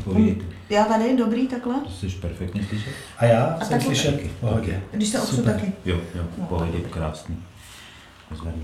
Povídejte. Já tady, dobrý, takhle. To jsi perfektně slyšet. A já A jsem taky. slyšet v pohodě. Když se opřu taky. Jo, pohodě, krásný. Pozvedný.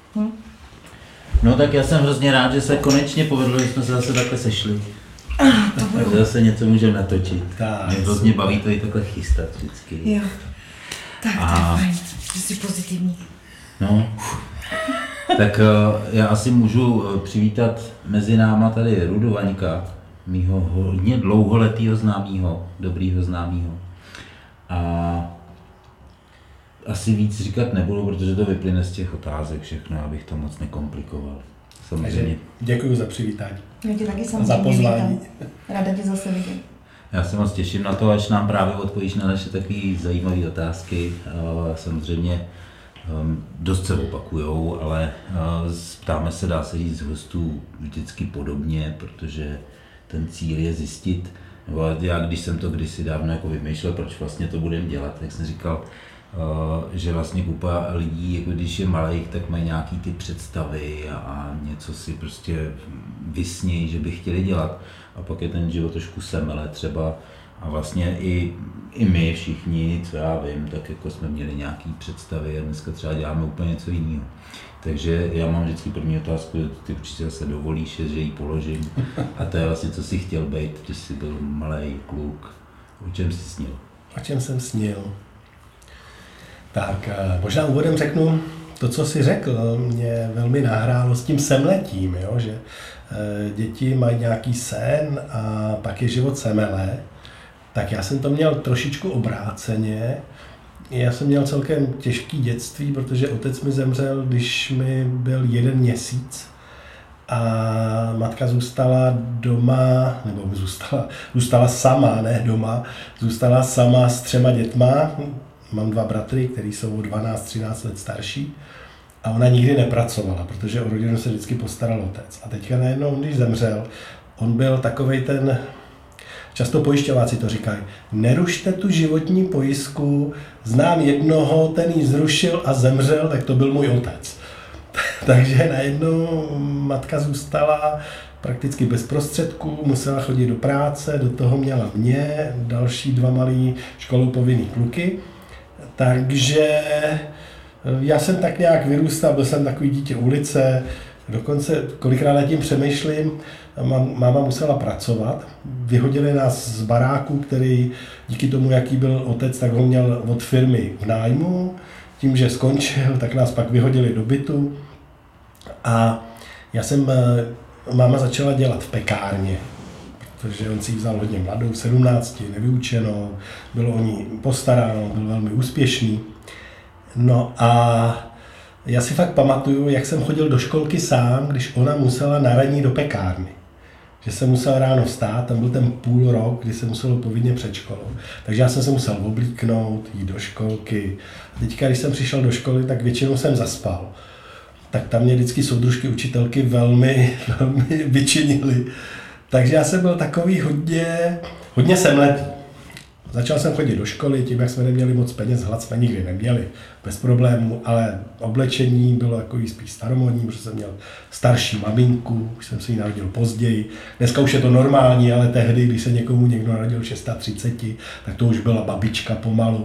No tak já jsem hrozně rád, že se konečně povedlo, že jsme se zase takhle sešli. Takže zase něco můžeme natočit. Tak. Mě hrozně baví to i takhle chystat vždycky. Jo. Tak to je fajn, že jsi pozitivní. No, tak já asi můžu přivítat mezi náma tady Rudu Vaňka, mýho hodně dlouholetýho známýho, dobrýho známýho. A asi víc říkat nebudu, protože to vyplyne z těch otázek všechno, abych to moc nekomplikoval. Samozřejmě. Děkuji za přivítání. Já tě taky Za samozřejmě pozvání. vítám. Ráda tě zase vidím. Já se moc těším na to, až nám právě odpovíš na naše takové zajímavé otázky. Samozřejmě dost se opakujou, ale ptáme se, dá se říct, hostů vždycky podobně, protože ten cíl je zjistit, nebo já když jsem to kdysi dávno jako vymýšlel, proč vlastně to budeme dělat, tak jsem říkal, že vlastně kupa lidí, jako když je malých, tak mají nějaký ty představy a něco si prostě vysnějí, že by chtěli dělat. A pak je ten život trošku semele třeba. A vlastně i my všichni, co já vím, tak jako jsme měli nějaký představy a dneska třeba děláme úplně něco jiného. Takže já mám vždycky první otázku, ty určitě se dovolíš, že ji položím. A to je vlastně, co jsi chtěl být, když jsi byl malý kluk. O čem jsi snil? O čem jsem snil? Tak možná úvodem řeknu to, co jsi řekl, mě velmi nahrálo s tím semletím, jo? Že děti mají nějaký sen a pak je život semele. Tak já jsem to měl trošičku obráceně. Já jsem měl celkem těžký dětství, protože otec mi zemřel, když mi byl 1 měsíc. A matka zůstala doma, nebo zůstala sama, ne doma, zůstala sama s 3 dětma. Mám 2 bratry, kteří jsou o 12-13 let starší. A ona nikdy nepracovala, protože o rodinu se vždycky postaral otec. A teďka najednou, když zemřel, on byl takovej ten, často pojišťováci to říkají, nerušte tu životní pojistku, znám jednoho, ten ji zrušil a zemřel, tak to byl můj otec. Takže najednou matka zůstala prakticky bez prostředků, musela chodit do práce, do toho měla mě, další 2 malí školou povinný kluky. Takže já jsem tak nějak vyrůstal, byl jsem takový dítě ulice, dokonce kolikrát nad tím přemýšlím, máma musela pracovat, vyhodili nás z baráku, který díky tomu, jaký byl otec, tak ho měl od firmy v nájmu, tím, že skončil, tak nás pak vyhodili do bytu a máma začala dělat v pekárně, protože on si ji vzal hodně mladou, 17, nevyučenou, bylo o ní postaráno, byl velmi úspěšný. No a já si fakt pamatuju, jak jsem chodil do školky sám, když ona musela na ranní do pekárny. Že jsem musel ráno vstát, tam byl ten půl rok, kdy jsem musel povinně před školou. Takže já jsem se musel oblíknout, jít do školky. A teďka, když jsem přišel do školy, tak většinou jsem zaspal. Tak tam mě vždycky soudružky, učitelky velmi vyčinily. Takže já jsem byl takový hodně semletý. Začal jsem chodit do školy, tím, jak jsme neměli moc peněz, hlad jsme nikdy neměli, bez problémů, ale oblečení bylo takový spíš staromodní, protože jsem měl starší maminku, už jsem se jí narodil později. Dneska už je to normální, ale tehdy, když se někomu někdo narodil 630, tak to už byla babička pomalu.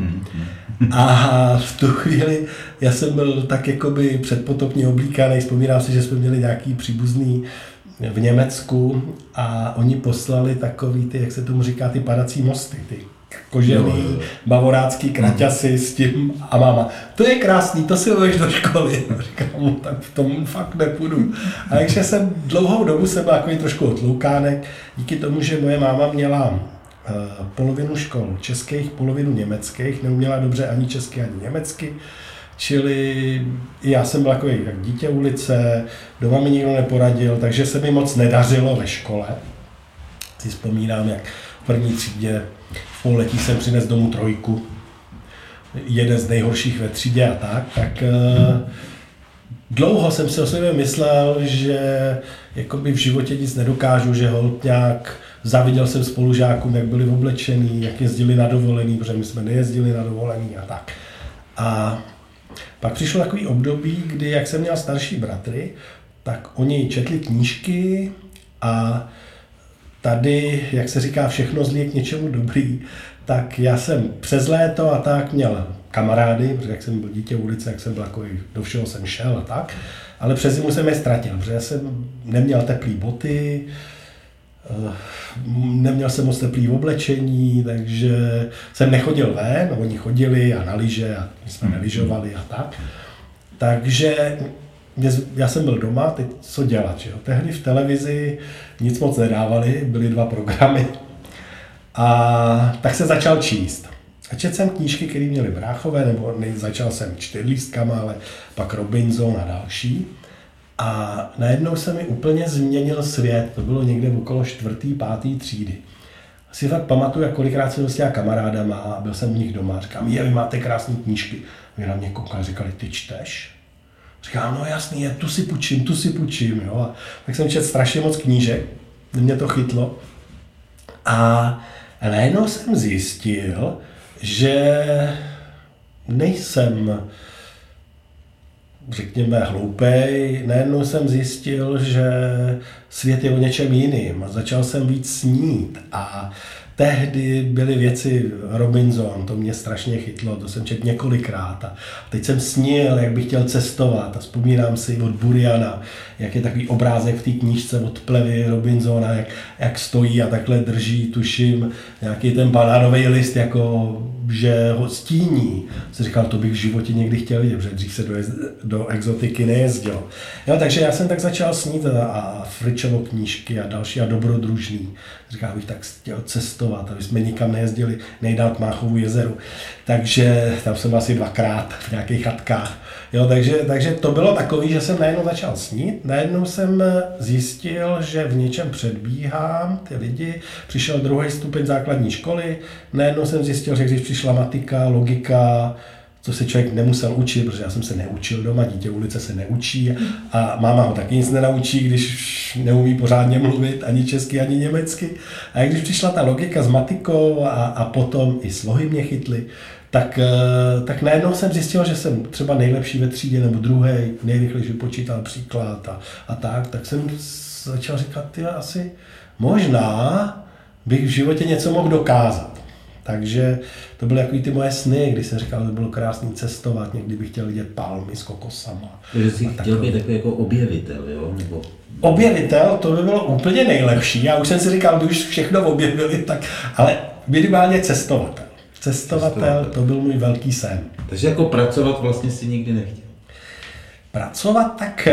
A v tu chvíli já jsem byl tak jakoby předpotopně oblíkaný, vzpomínám si, že jsme měli nějaký příbuzný v Německu a oni poslali takový ty, jak se tomu říká, ty padací mosty, ty kožený bavorácký kraťasy s tím a máma, to je krásný, to si uveš do školy. Říkám, tak v tom fakt nepůjdu. A takže jsem dlouhou dobu byl takový trošku otloukánek, díky tomu, že moje máma měla polovinu škol českých, polovinu německých, neuměla dobře ani česky, ani německy. Čili já jsem byl takový jak dítě ulice, doma mi nikdo neporadil, takže se mi moc nedařilo ve škole. Si vzpomínám, jak v první třídě v pololetí jsem přinesl domů 3, jeden z nejhorších ve třídě a tak dlouho jsem si o sobě myslel, že jakoby v životě nic nedokážu, že holt nějak záviděl jsem spolužákům, jak byli oblečený, jak jezdili na dovolený, protože my jsme nejezdili na dovolený a tak. A pak přišlo takový období, kdy, jak jsem měl starší bratry, tak oni četli knížky a tady, jak se říká, všechno zlý je k něčemu dobrý, tak já jsem přes léto a tak měl kamarády, protože jak jsem byl dítě ulice, jak jsem byl takový, do všeho jsem šel a tak, ale přes zimu jsem je ztratil, protože já jsem neměl teplý boty, neměl jsem moc teplý oblečení, takže jsem nechodil ven, oni chodili a na lyže a my jsme nelyžovali a tak. Takže já jsem byl doma, teď co dělat, že jo? Tehdy v televizi nic moc nedávali, byly 2 programy a tak se začal číst. A četl jsem knížky, které měly bráchové, nebo začal jsem 4lístkama, ale pak Robinson a další. A najednou se mi úplně změnil svět, to bylo někde okolo 4., 5. třídy. Si fakt pamatuju, jak kolikrát jsem s těma kamarádama a byl jsem u nich doma. Říkám, vy máte krásné knížky. Vy na mě koukali a říkali, ty čteš? Říkám, no jasný, tu si půjčím. Jo? A tak jsem četl strašně moc knížek, mě to chytlo. A najednou jsem zjistil, že nejsem, řekněme, hloupej. Najednou jsem zjistil, že svět je o něčem jiným a začal jsem víc snít. A tehdy byly věci Robinson, to mě strašně chytlo, to jsem četl několikrát. A teď jsem snil, jak bych chtěl cestovat a vzpomínám si od Buriana, jak je takový obrázek v té knížce od plevy Robinsona, jak stojí a takhle drží, tuším, nějaký ten banánový list, jako že ho stíní. Jsem říkal, to bych v životě někdy chtěl vidět, protože dřív se do exotiky nejezdilo. Jo, takže já jsem tak začal snít a Fričovo knížky a další a Dobrodružný. Říkal, bych tak chtěl cestovat, aby jsme nikam nejezdili nejdál k Máchovu jezeru. Takže tam jsem asi 2krát v nějakých chatkách. Jo, takže to bylo takový, že jsem najednou začal snít, najednou jsem zjistil, že v něčem předbíhám ty lidi, přišel 2. stupeň základní školy, najednou jsem zjistil, že když přišla matika, logika, co se člověk nemusel učit, protože já jsem se neučil doma, dítě ulice se neučí a máma ho taky nic nenaučí, když neumí pořádně mluvit ani česky, ani německy. A když přišla ta logika s matikou a potom i slohy mě chytly, tak najednou jsem zjistil, že jsem třeba nejlepší ve třídě nebo druhý, nejrychleji vypočítal příklad a tak jsem začal říkat, asi možná bych v životě něco mohl dokázat. Takže to byly takový ty moje sny, kdy jsem říkal, že bylo krásný cestovat, někdy bych chtěl vidět palmy s kokosama. Takže jsi chtěl být takový jako objevitel, jo? Nebo... Objevitel, to by bylo úplně nejlepší. Já už jsem si říkal, když už všechno objevili, tak, ale minimálně cestovatel. Cestovatel, to byl můj velký sen. Takže jako pracovat vlastně si nikdy nechtěl? Pracovat tak...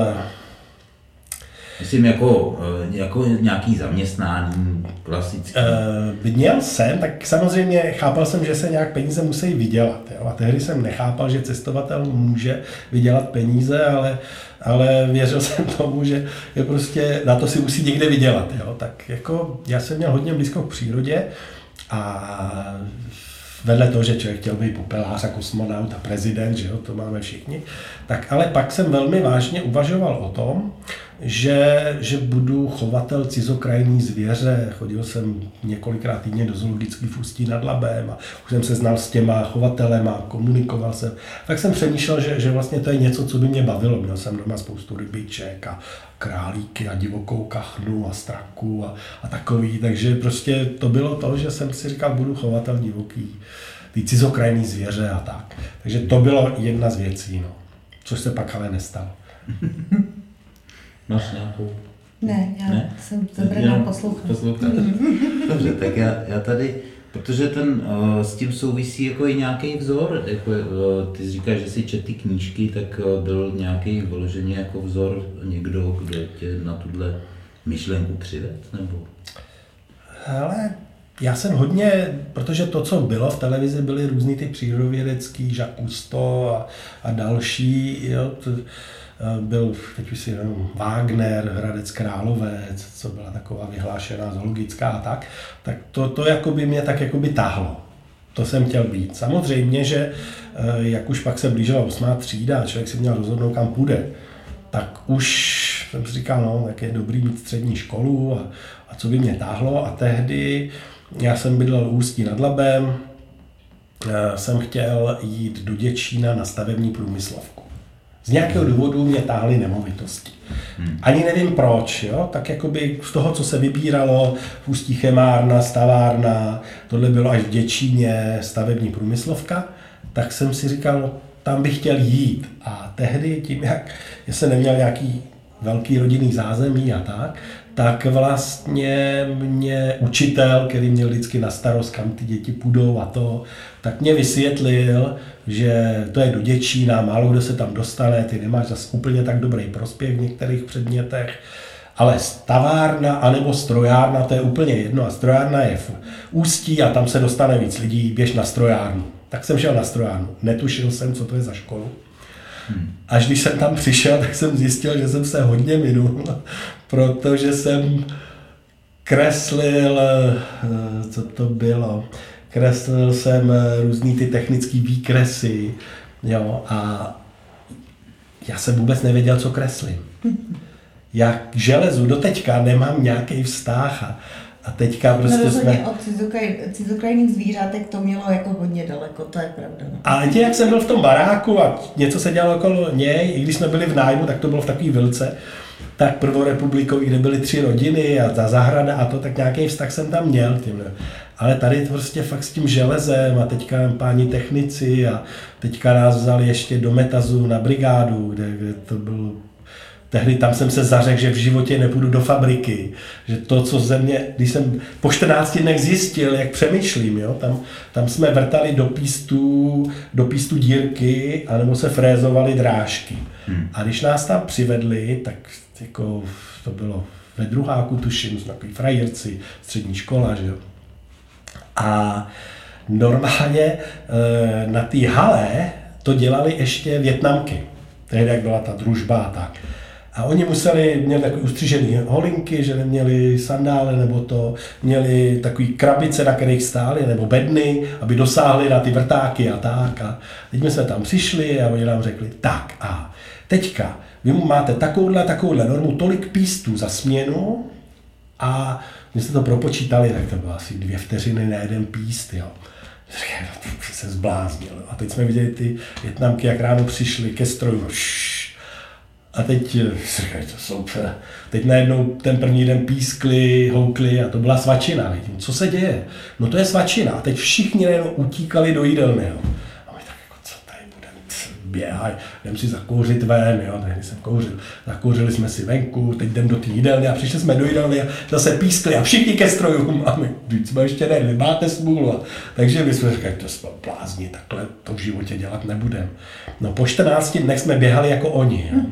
Myslím jako nějaký zaměstnání klasický. Měl jsem, tak samozřejmě chápal jsem, že se nějak peníze musí vydělat. Jo? A tehdy jsem nechápal, že cestovatel může vydělat peníze, ale věřil jsem tomu, že je prostě na to si musí někde vydělat. Jo? Tak jako já jsem měl hodně blízko k přírodě a vedle toho, že člověk chtěl být popelář a kosmonaut a prezident, že jo, to máme všichni, tak ale pak jsem velmi vážně uvažoval o tom, že budu chovatel cizokrajní zvěře. Chodil jsem několikrát týdně do zoologický v Ústí nad Labem a už jsem se znal s těma chovatelema, komunikoval jsem. Tak jsem přemýšlel, že vlastně to je něco, co by mě bavilo. Měl jsem doma spoustu rybiček a králíky a divokou kachnu a straku a takový. Takže prostě to bylo to, že jsem si říkal, budu chovatel divoký, ty cizokrajní zvěře a tak. Takže to bylo jedna z věcí, no. Což se pak ale nestalo. Máš nějakou? Ne, já jsem zabraná poslouchat. Dobře, tak já tady, protože s tím souvisí jako i nějaký vzor, jako, ty říkáš, že si četl ty knížky, tak byl nějaký vyloženě jako vzor někdo, kdo tě na tuhle myšlenku přived, nebo? Hele, já jsem hodně, protože to, co bylo v televizi, byly různý ty přírodovědecký, Jacques Cousteau a další, jo, byl, teď už si nevím, Wagner, Hradec Králové, co byla taková vyhlášená zoologická a tak to jakoby mě tak jakoby táhlo. To jsem chtěl být. Samozřejmě, že jak už pak se blížila 8. třída a člověk si měl rozhodnout, kam půjde, tak už jsem si říkal, no, tak je dobrý mít střední školu a co by mě táhlo. A tehdy já jsem bydlel v Ústí nad Labem, jsem chtěl jít do Děčína na stavební průmyslovku. Z nějakého důvodu mě táhly nemovitosti. Ani nevím proč, jo? Tak jakoby z toho, co se vybíralo, v Ústí chemárna, stavárna, tohle bylo až v Děčíně, stavební průmyslovka, tak jsem si říkal, no, tam bych chtěl jít. A tehdy tím, jak jsem neměl nějaký velký rodinný zázemí a tak vlastně mě učitel, který měl vždycky na starost, kam ty děti půjdou a to, tak mě vysvětlil, že to je do Děčína, málo kdo se tam dostane, ty nemáš zase úplně tak dobrý prospěch v některých předmětech, ale stavárna anebo strojárna, to je úplně jedno a strojárna je v Ústí a tam se dostane víc lidí, běž na strojárnu. Tak jsem šel na strojárnu, netušil jsem, co to je za školu. Až když jsem tam přišel, tak jsem zjistil, že jsem se hodně minul, protože jsem kreslil, co to bylo, kreslil jsem různý ty technické výkresy, jo, a já jsem vůbec nevěděl, co kreslím. Já k železu doteďka nemám nějaký vztah a teďka prostě jsme... od cizokrajných zvířátek to mělo jako hodně daleko, to je pravda. No. A jak jsem byl v tom baráku a něco se dělalo okolo něj, i když jsme byli v nájmu, tak to bylo v takový vilce, tak prvorepublikový, kde byly 3 rodiny a ta zahrada a to, tak nějaký vztah jsem tam měl. Ale tady prostě fakt s tím železem a teďka páni technici a teďka nás vzali ještě do Metazu na brigádu, kde to bylo... Tehdy tam jsem se zařekl, že v životě nepůjdu do fabriky, že to, co ze mě, když jsem po 14 dnech zjistil, jak přemýšlím, jo, tam jsme vrtali do pístu dírky, anebo se frézovaly drážky. A když nás tam přivedli, tak jako to bylo ve druháku, tuším, jsme takový frajerci, střední škola, že jo. A normálně na té hale to dělali ještě Vietnamky, tehdy jak byla ta družba a tak. A oni měli takový ustřižený holinky, že neměli sandále nebo to, měli takový krabice, na kterých stáli, nebo bedny, aby dosáhli na ty vrtáky a tak. A teď jsme tam přišli a oni nám řekli, tak a teďka vy máte takovouhle normu, tolik pístů za směnu a my jsme to propočítali, tak to bylo asi 2 vteřiny na jeden píst, jo. Se zbláznil. A teď jsme viděli ty Vietnamky, jak ráno přišli ke stroju. A teď říkají, to super. Teď najednou ten první den pískli, houkli a to byla svačina. Co se děje? No to je svačina. A teď všichni najednou utíkali do jídelny. Jo. A my tak jako, co tady budeme běhat, jdem si zakouřit ven, jo. Tehdy jsem kouřil. Zakouřili jsme si venku, teď jdem do té jídelny a přišli jsme do jídelny a zase pískli a všichni ke strojům. A my, jsme ještě ne, vy máte smůlu. Takže my jsme říkali, to jsme blázni, takhle to v životě dělat nebudeme. No po 14 dnech jsme běhali jako oni. Jo.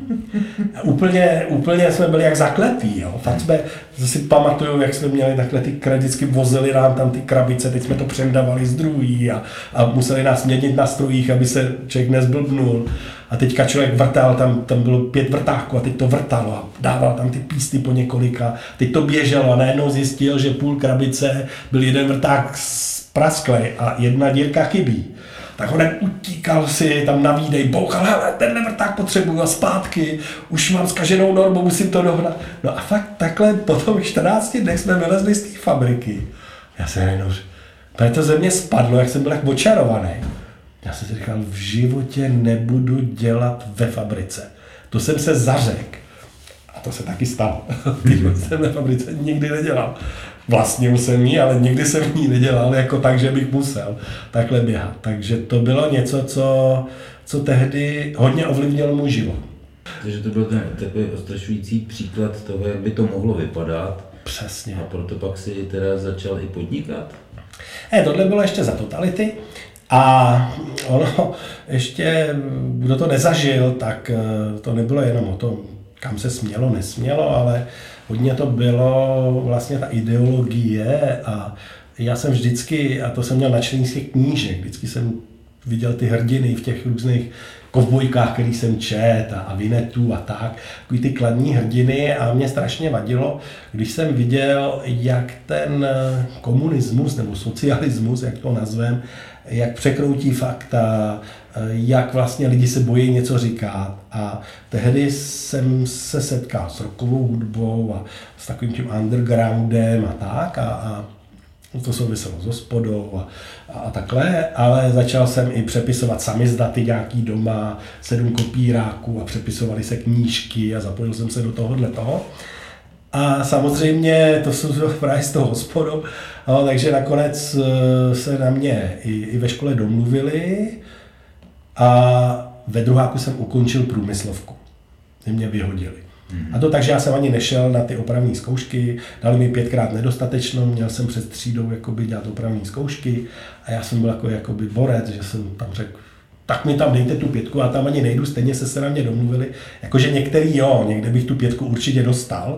Úplně jsme byli jak zakletí. Jo. Fakt jsme, si pamatuju, jak jsme měli takhle ty vždycky vozili nám tam ty krabice, teď jsme to přendávali z druhý a museli nás měnit na strojích, aby se člověk nezblbnul. A teďka člověk vrtal, tam bylo 5 vrtáků a teď to vrtalo a dával tam ty písty po několika. Teď to běželo a najednou zjistil, že půl krabice byl jeden vrták prasklej a jedna dírka chybí. Tak on utíkal si tam na výdej, bouchal, hele, tenhle vrták potřebuju a zpátky, už mám zkaženou normu, musím to dohnat. No a fakt takhle po tom 14 dnech jsme vylezli z té fabriky. Já se najednou, to ze mě spadlo, jak jsem byl jak očarovaný. Já jsem si říkal, v životě nebudu dělat ve fabrice. To jsem se zařekl. A to se taky stalo. Když jsem ve fabrice nikdy nedělal. Vlastnil jsem ji, ale nikdy jsem ji nedělal jako tak, že bych musel takhle běhat. Takže to bylo něco, co tehdy hodně ovlivnilo můj život. Takže to byl takový ostrašující příklad toho, jak by to mohlo vypadat. Přesně. A proto pak si teda začal i podnikat? Tohle bylo ještě za totality. A ono ještě, kdo to nezažil, tak to nebylo jenom o tom, kam se smělo, nesmělo, ale hodně to bylo vlastně ta ideologie a já jsem vždycky, a to jsem měl na čteních knížek, vždycky jsem viděl ty hrdiny v těch různých kovbojkách, který jsem čet a Vinetu a tak, takový ty kladní hrdiny a mě strašně vadilo, když jsem viděl, jak ten komunismus nebo socialismus, jak to nazvem, jak překroutí fakta, jak vlastně lidi se bojí něco říkat. A tehdy jsem se setkal s rockovou hudbou a s takovým tím undergroundem a tak. A To souviselo s hospodou a takhle, ale začal jsem i přepisovat samizdaty nějaký doma, 7 kopíráků a přepisovaly se knížky a zapojil jsem se do toho. A samozřejmě to jsou právě s tou hospodou, no, takže nakonec se na mě i ve škole domluvili a ve druháku jsem ukončil průmyslovku. Ty mě vyhodili. A to tak, že já jsem ani nešel na ty opravní zkoušky, dali mi 5krát nedostatečno, měl jsem před třídou jakoby dělat opravní zkoušky a já jsem byl jakoby borec, že jsem tam řekl, tak mi tam dejte tu 5, a tam ani nejdu, stejně se na mě domluvili, jakože některý jo, někde bych tu 5 určitě dostal,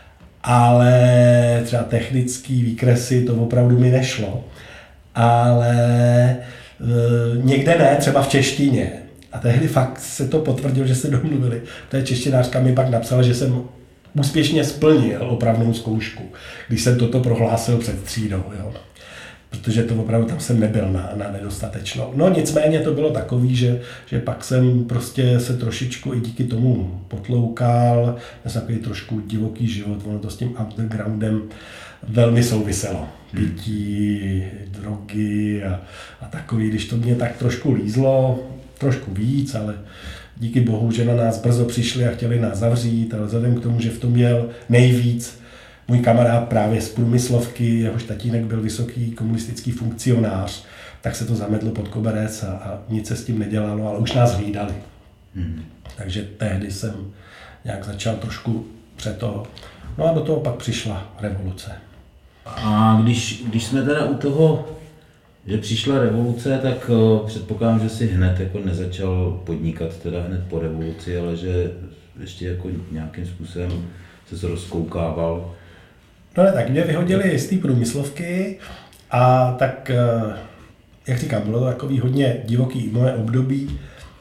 ale třeba technický výkresy, to opravdu mi nešlo, ale někde ne, třeba v češtině. A tehdy fakt se to potvrdilo, že se domluvili. Ta češtinářka mi pak napsala, že jsem úspěšně splnil opravnou zkoušku, když jsem toto prohlásil před třídou. Jo. Protože to opravdu tam jsem nebyl na nedostatečnou. No nicméně to bylo takový, že pak jsem prostě se trošičku i díky tomu potloukal. Měl jsem takový trošku divoký život, ono to s tím undergroundem velmi souviselo. Pití, drogy a takový, když to mě tak trošku lízlo, trošku víc, ale díky bohu, že na nás brzo přišli a chtěli nás zavřít, ale vzhledem k tomu, že v tom měl nejvíc můj kamarád právě z průmyslovky, jehož tatínek byl vysoký komunistický funkcionář, tak se to zametlo pod koberec a nic se s tím nedělalo, ale už nás hlídali. Takže tehdy jsem nějak začal trošku před toho. No a do toho pak přišla revoluce. A když jsme teda u toho, že přišla revoluce, tak předpokládám, že si hned jako nezačal podnikat teda hned po revoluci, ale že ještě jako nějakým způsobem se rozkoukával. No ne, tak mě vyhodili z té průmyslovky a tak, jak říkám, bylo to takový hodně divoký moje období,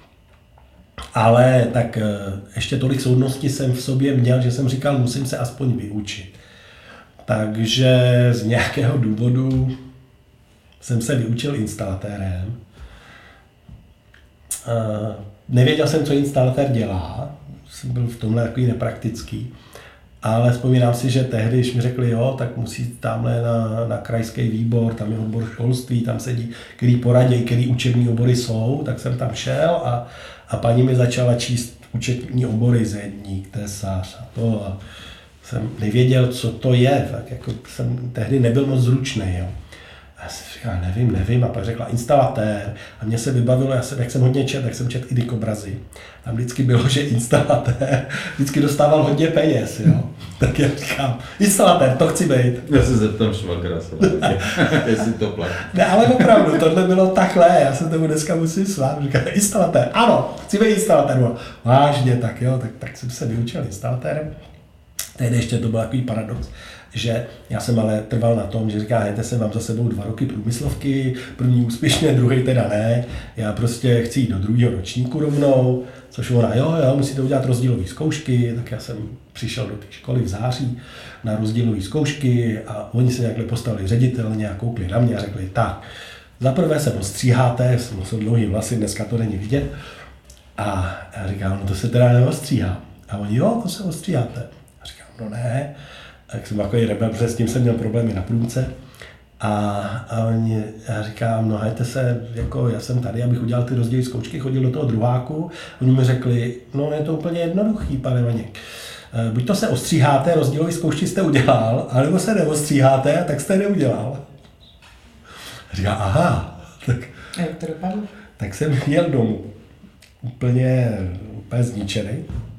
ale tak ještě tolik soudnosti jsem v sobě měl, že jsem říkal, musím se aspoň vyučit. Takže z nějakého důvodu jsem se vyučil instalatérem. Nevěděl jsem, co instalatér dělá, jsem byl v tomhle takový nepraktický, ale vzpomínám si, že tehdy, když mi řekli, jo, tak musí tamhle na krajský výbor, tam je odbor školství, tam sedí, který poraděj, který učební obory jsou, tak jsem tam šel a paní mi začala číst učební obory, zedník, tesař a to. A jsem nevěděl, co to je, tak jako jsem tehdy nebyl moc zručný, jo. A já jsem říkal, nevím, a pak řekla instalatér a mě se vybavilo, jak jsem hodně četl, tak jsem četl i dikobrazy. Tam vždycky bylo, že instalatér vždycky dostával hodně peněz, jo. Tak já říkám, instalatér, to chci být. Já se zeptám švagra, jestli to platí. Ne, ale opravdu, tohle bylo takhle, já se tomu dneska musím svát, říkám, instalatér, ano, chci být instalatér. Vážně, tak jo, tak jsem se vyučil instalatérem. Tehdy ještě to byl takový paradox, že já jsem ale trval na tom, že říká, hejte se, mám za sebou 2 roky průmyslovky, první úspěšně, druhý teda ne, já prostě chci jít do 2. ročníku rovnou, což ona, jo, musíte udělat rozdílové zkoušky, tak já jsem přišel do té školy v září na rozdílové zkoušky a oni se nějakhle postavili ředitelně a koukli na mě a řekli, tak, zaprvé se ostříháte, jsou dlouhý vlasy, dneska to není vidět, a já říkám, no to se teda neostříhá. A oni, jo, to se ostříháte. A říkám, no ne. A jak jsem takový rebel, protože s tím jsem měl problémy na průmce. A já říkám, no hejte se, jako já jsem tady, abych udělal ty rozdílové zkoušky, chodil do toho druháku. Oni mi řekli, no je to úplně jednoduchý, pane Vaněk. Buď to se ostříháte, rozdílové zkoušky jste udělal, anebo se neostříháte, tak jste neudělal. A říkám, aha. Tak, a jak to dopadlo? Tak jsem jel domů. Úplně zničený.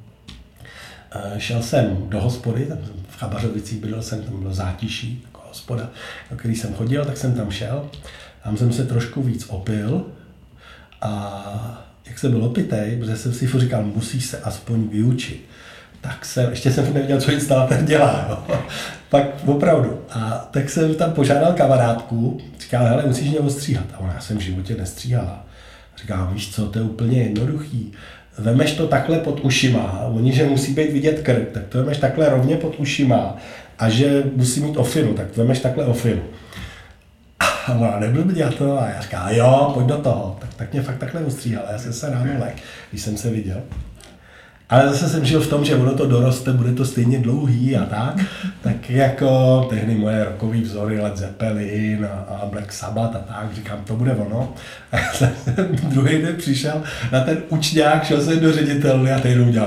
Šel jsem do hospody, tam v Chabařovicích bydlel jsem, tam bylo Zátiší, taková hospoda, do který jsem chodil, tak jsem tam šel. Tam jsem se trošku víc opil a jak jsem byl opitej, protože jsem si říkal, musíš se aspoň vyučit. Tak ještě jsem nevěděl, co instalatér dělá, jo. Pak opravdu. A tak jsem tam požádal kamarádku, říkal, hele, musíš mě ostříhat. A ona, já jsem v životě nestříhala. Říkám, víš co, to je úplně jednoduchý. Vemeš to takhle pod ušima, oni, že musí být vidět krk, tak to vemeš takhle rovně pod ušima a že musí mít ofinu, tak to vemeš takhle ofinu. A ona nebyl by dělat to a já říkám, jo, pojď do toho. Tak mě fakt takhle ostříhala, já jsem se ráno lek, když jsem se viděl. Ale zase jsem žil v tom, že ono to doroste, bude to stejně dlouhý a tak jako tehdy moje rockový vzory Led Zeppelin a Black Sabbath a tak, říkám, to bude ono. A já jsem druhý den přišel na ten učňák, šel jsem do ředitelny a tehdy udělal.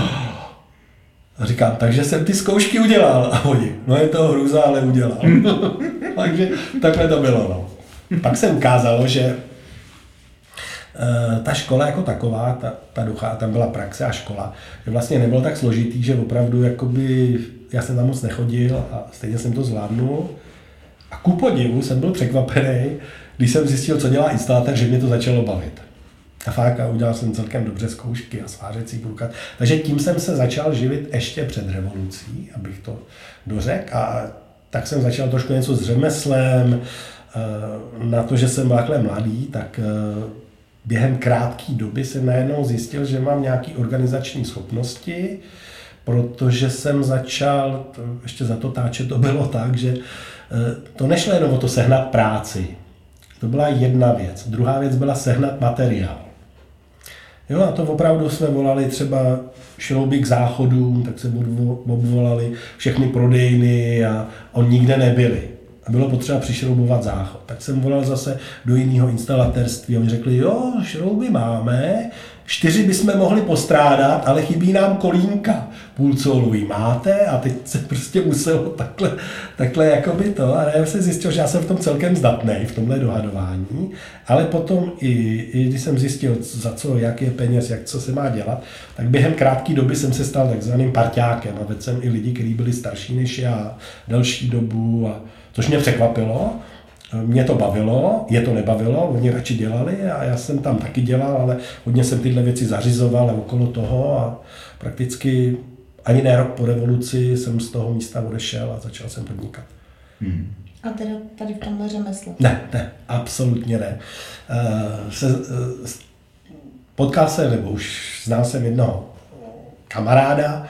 A říkám, takže jsem ty zkoušky udělal. A oni, no je to hrůza, ale udělal. Takže takhle to bylo. No. Pak se ukázalo, že ta škola jako taková, tam byla praxe a škola, že vlastně nebylo tak složitý, že opravdu jakoby, já jsem tam moc nechodil a stejně jsem to zvládnul. A ku podivu jsem byl překvapený, když jsem zjistil, co dělá instalatér, že mě to začalo bavit. A fakt, a udělal jsem celkem dobře zkoušky a svářecí průkaz. Takže tím jsem se začal živit ještě před revolucí, abych to dořekl. A tak jsem začal trošku něco s řemeslem. Na to, že jsem byl takhle mladý, tak během krátké doby jsem najednou zjistil, že mám nějaké organizační schopnosti, protože jsem začal, ještě za to táče to bylo tak, že to nešlo jenom o to sehnat práci. To byla jedna věc. Druhá věc byla sehnat materiál. Jo, a to opravdu jsme volali třeba šrouby k záchodům, tak se obvolali všechny prodejny a oni nikde nebyli. A bylo potřeba přišroubovat záchod. Tak jsem volal zase do jiného instalatérství. Oni řekli, jo, šrouby máme, 4 bychom mohli postrádat, ale chybí nám kolínka. Půlcólový máte a teď se prostě muselo takhle jakoby to. A já jsem zjistil, že já jsem v tom celkem zdatnej, v tomhle dohadování. Ale potom i když jsem zjistil, za co, jak je peněz, jak co se má dělat, tak během krátké doby jsem se stal takzvaným parťákem. A vedl jsem i lidi, kteří byli starší než já, delší dobu, což mě překvapilo. Mě to bavilo, je to nebavilo, oni radši dělali a já jsem tam taky dělal, ale hodně jsem tyhle věci zařizoval a okolo toho a prakticky ani ne rok po revoluci jsem z toho místa odešel a začal jsem podnikat. A teda tady v tomhle řemeslu? Ne, absolutně ne. Potkal jsem, nebo už znal jsem jednoho kamaráda,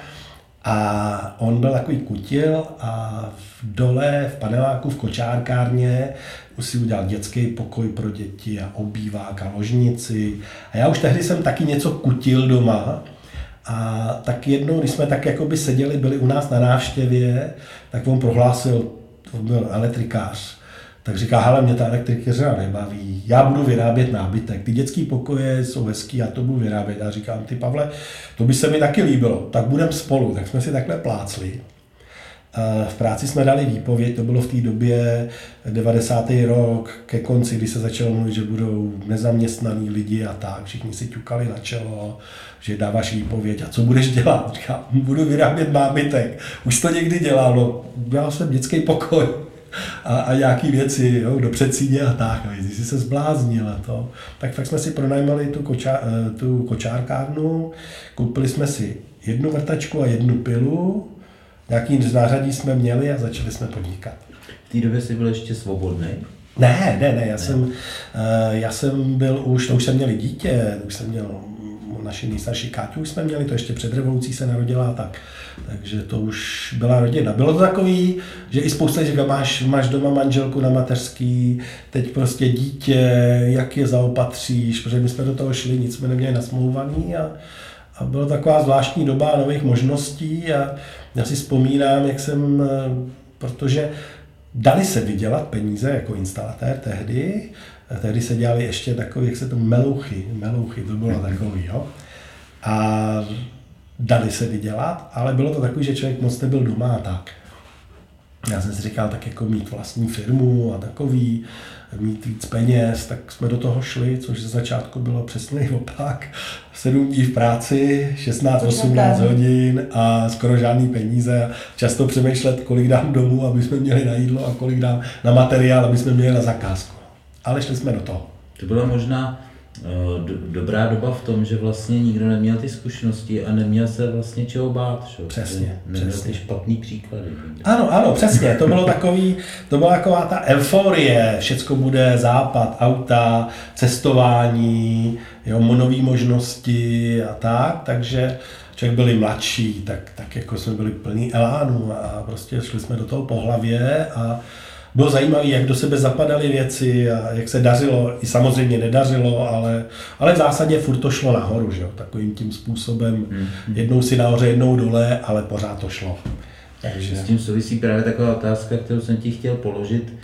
a on byl takový kutil a dole v paneláku v kočárkárně už si udělal dětský pokoj pro děti a obývák a ložnici. A já už tehdy jsem taky něco kutil doma. A tak jednou, když jsme tak jakoby seděli, byli u nás na návštěvě, tak on prohlásil, on byl elektrikář, tak říká, hele, mě ta elektrikařina nebaví, já budu vyrábět nábytek, ty dětský pokoje jsou hezký, já to budu vyrábět. Já říkám, ty Pavle, to by se mi taky líbilo, tak budeme spolu. Tak jsme si takhle plácli. V práci jsme dali výpověď, to bylo v té době 90. rok, ke konci, kdy se začalo mluvit, že budou nezaměstnaní lidi a tak, všichni si ťukali na čelo, že dáváš výpověď a co budeš dělat? Říkám, budu vyrábět nábytek. Už to někdy dělal, no, dělal jsem dětský pokoj. A nějaký věci, jo, do předsíně a tak, když jsi se zbláznil a to. Tak fakt jsme si pronajmali tu kočárkárnu, koupili jsme si 1 vrtačku a 1 pilu, nějaký nářadí jsme měli a začali jsme podnikat. V té době jsi byl ještě svobodný? Ne, já jsem byl už, to už jsem měl dítě, už jsem měl naši nejstarší Káťu, už jsme měli, to ještě před revolucí se narodila a tak. Takže to už byla rodina. Bylo to takový, že i spousta říká, máš doma manželku na mateřský, teď prostě dítě, jak je zaopatříš, protože my jsme do toho šli, nic jsme neměli nasmlouvaný a byla taková zvláštní doba nových možností a já si vzpomínám, jak jsem, protože dali se vydělat peníze jako instalatér tehdy. Tehdy se dělali ještě takový, jak se to melouchy, to bylo takový, jo. A dali se vydělat, ale bylo to takový, že člověk moc nebyl doma a tak. Já jsem si říkal, tak jako mít vlastní firmu a takový, mít víc peněz, tak jsme do toho šli, což ze začátku bylo přesně opak. 7 dní v práci, 16-18 hodin a skoro žádný peníze. Často přemýšlet, kolik dám domů, aby jsme měli na jídlo a kolik dám na materiál, aby jsme měli na zakázku. Ale šli jsme do toho. To byla možná dobrá doba v tom, že vlastně nikdo neměl ty zkušenosti a neměl se vlastně čeho bát. Že? Přesně. Neměl ty špatný příklady. Ano, přesně. To byla taková ta euforie. Všecko bude západ, auta, cestování, jo, nové možnosti a tak. Takže člověk byl mladší, tak jako jsme byli plný elánu a prostě šli jsme do toho po hlavě a bylo zajímavé, jak do sebe zapadaly věci a jak se dařilo, i samozřejmě nedařilo, ale v zásadě furt to šlo nahoru, že jo? Takovým tím způsobem, jednou si nahoře, jednou dole, ale pořád to šlo. Takže s tím souvisí právě taková otázka, kterou jsem ti chtěl položit,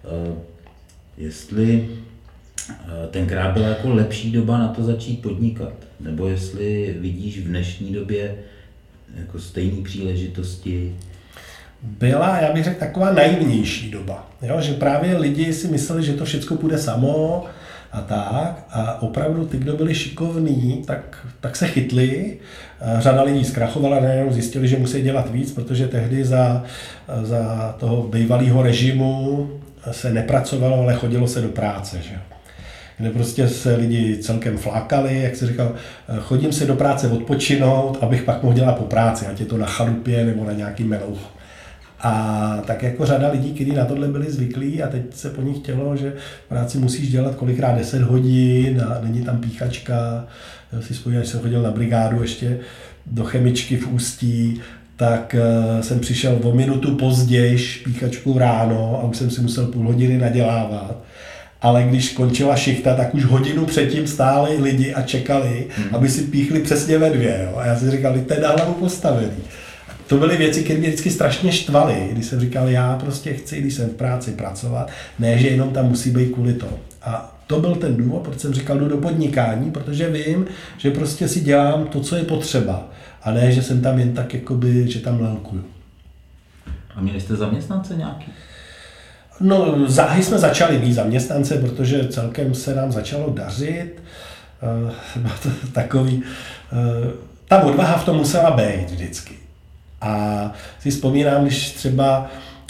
jestli tenkrát byla jako lepší doba na to začít podnikat, nebo jestli vidíš v dnešní době jako stejné příležitosti. Byla, já bych řekl, taková naivnější doba, jo? Že právě lidi si mysleli, že to všechno půjde samo a tak, a opravdu ty, kdo byli šikovní, tak se chytli, řada lidí zkrachovala, najednou zjistili, že musí dělat víc, protože tehdy za toho bývalého režimu se nepracovalo, ale chodilo se do práce, že? Kde prostě se lidi celkem flákali, jak se říkal, chodím si do práce odpočinout, abych pak mohl dělat po práci, ať je to na chalupě nebo na nějaký melouch. A tak jako řada lidí, kteří na tohle byli zvyklí a teď se po nich chtělo, že v práci musíš dělat kolikrát 10 hodin a není tam píchačka. Já si vzpomínám, že jsem chodil na brigádu ještě do chemičky v Ústí, tak jsem přišel o minutu později píchačku ráno a už jsem si musel půl hodiny nadělávat. Ale když končila šichta, tak už hodinu předtím stáli lidi a čekali, aby si píchli přesně ve 2. Jo? A já si říkal, to je na hlavu postavený. To byly věci, které mě vždycky strašně štvaly, když jsem říkal, já prostě chci, když jsem v práci pracovat, ne, že jenom tam musí být kvůli tomu. A to byl ten důvod, proč jsem říkal, jdu do podnikání, protože vím, že prostě si dělám to, co je potřeba. A ne, že jsem tam jen tak, jakoby, že tam lelkuju. A měli jste zaměstnance nějaký? No, záhy jsme začali být zaměstnance, protože celkem se nám začalo dařit. Bylo to takový, ta odvaha v tom musela být vždycky. A si vzpomínám, když třeba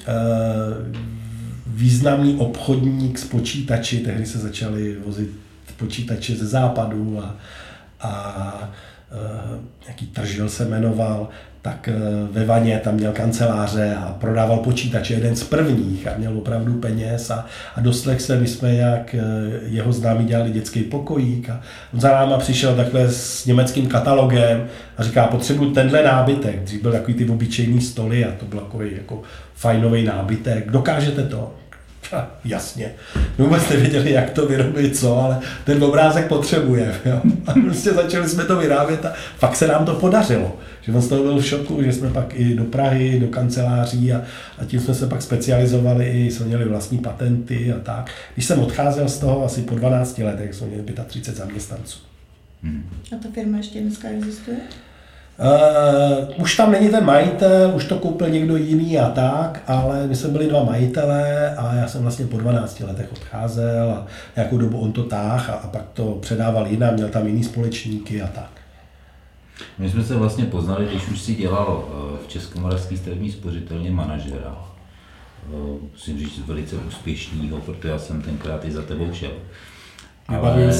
významný obchodník s počítači, tehdy se začaly vozit počítače ze západu a nějaký Tržil se jmenoval, tak ve Vaně tam měl kanceláře a prodával počítače, jeden z prvních a měl opravdu peněz a doslech se, my jsme jak jeho známí dělali dětský pokojík a on za náma přišel takhle s německým katalogem a říká, potřebuji tenhle nábytek, dřív byl takový ty obyčejný stoly a to byl takový jako fajnový nábytek, dokážete to? Jasně. My vůbec nevěděli, jak to vyrobit, co, ale ten obrázek potřebuje. Jo? A prostě začali jsme to vyrábět a fakt se nám to podařilo. Že on z toho byl v šoku, že jsme pak i do Prahy, do kanceláří a tím jsme se pak specializovali, i jsme měli vlastní patenty a tak. Když jsem odcházel z toho asi po 12 letech, jsme měli 35 zaměstnanců. A ta firma ještě dneska existuje? Už tam není ten majitel, už to koupil někdo jiný a tak, ale my jsme byli 2 majitelé a já jsem vlastně po 12 letech odcházel a nějakou dobu on to táhl a pak to předával jinam, měl tam jiný společníky a tak. My jsme se vlastně poznali, když už si dělal v Českomoravské stavební spořitelně manažera. Musím říct velice úspěšnýho, protože já jsem tenkrát i za tebou šel. Ale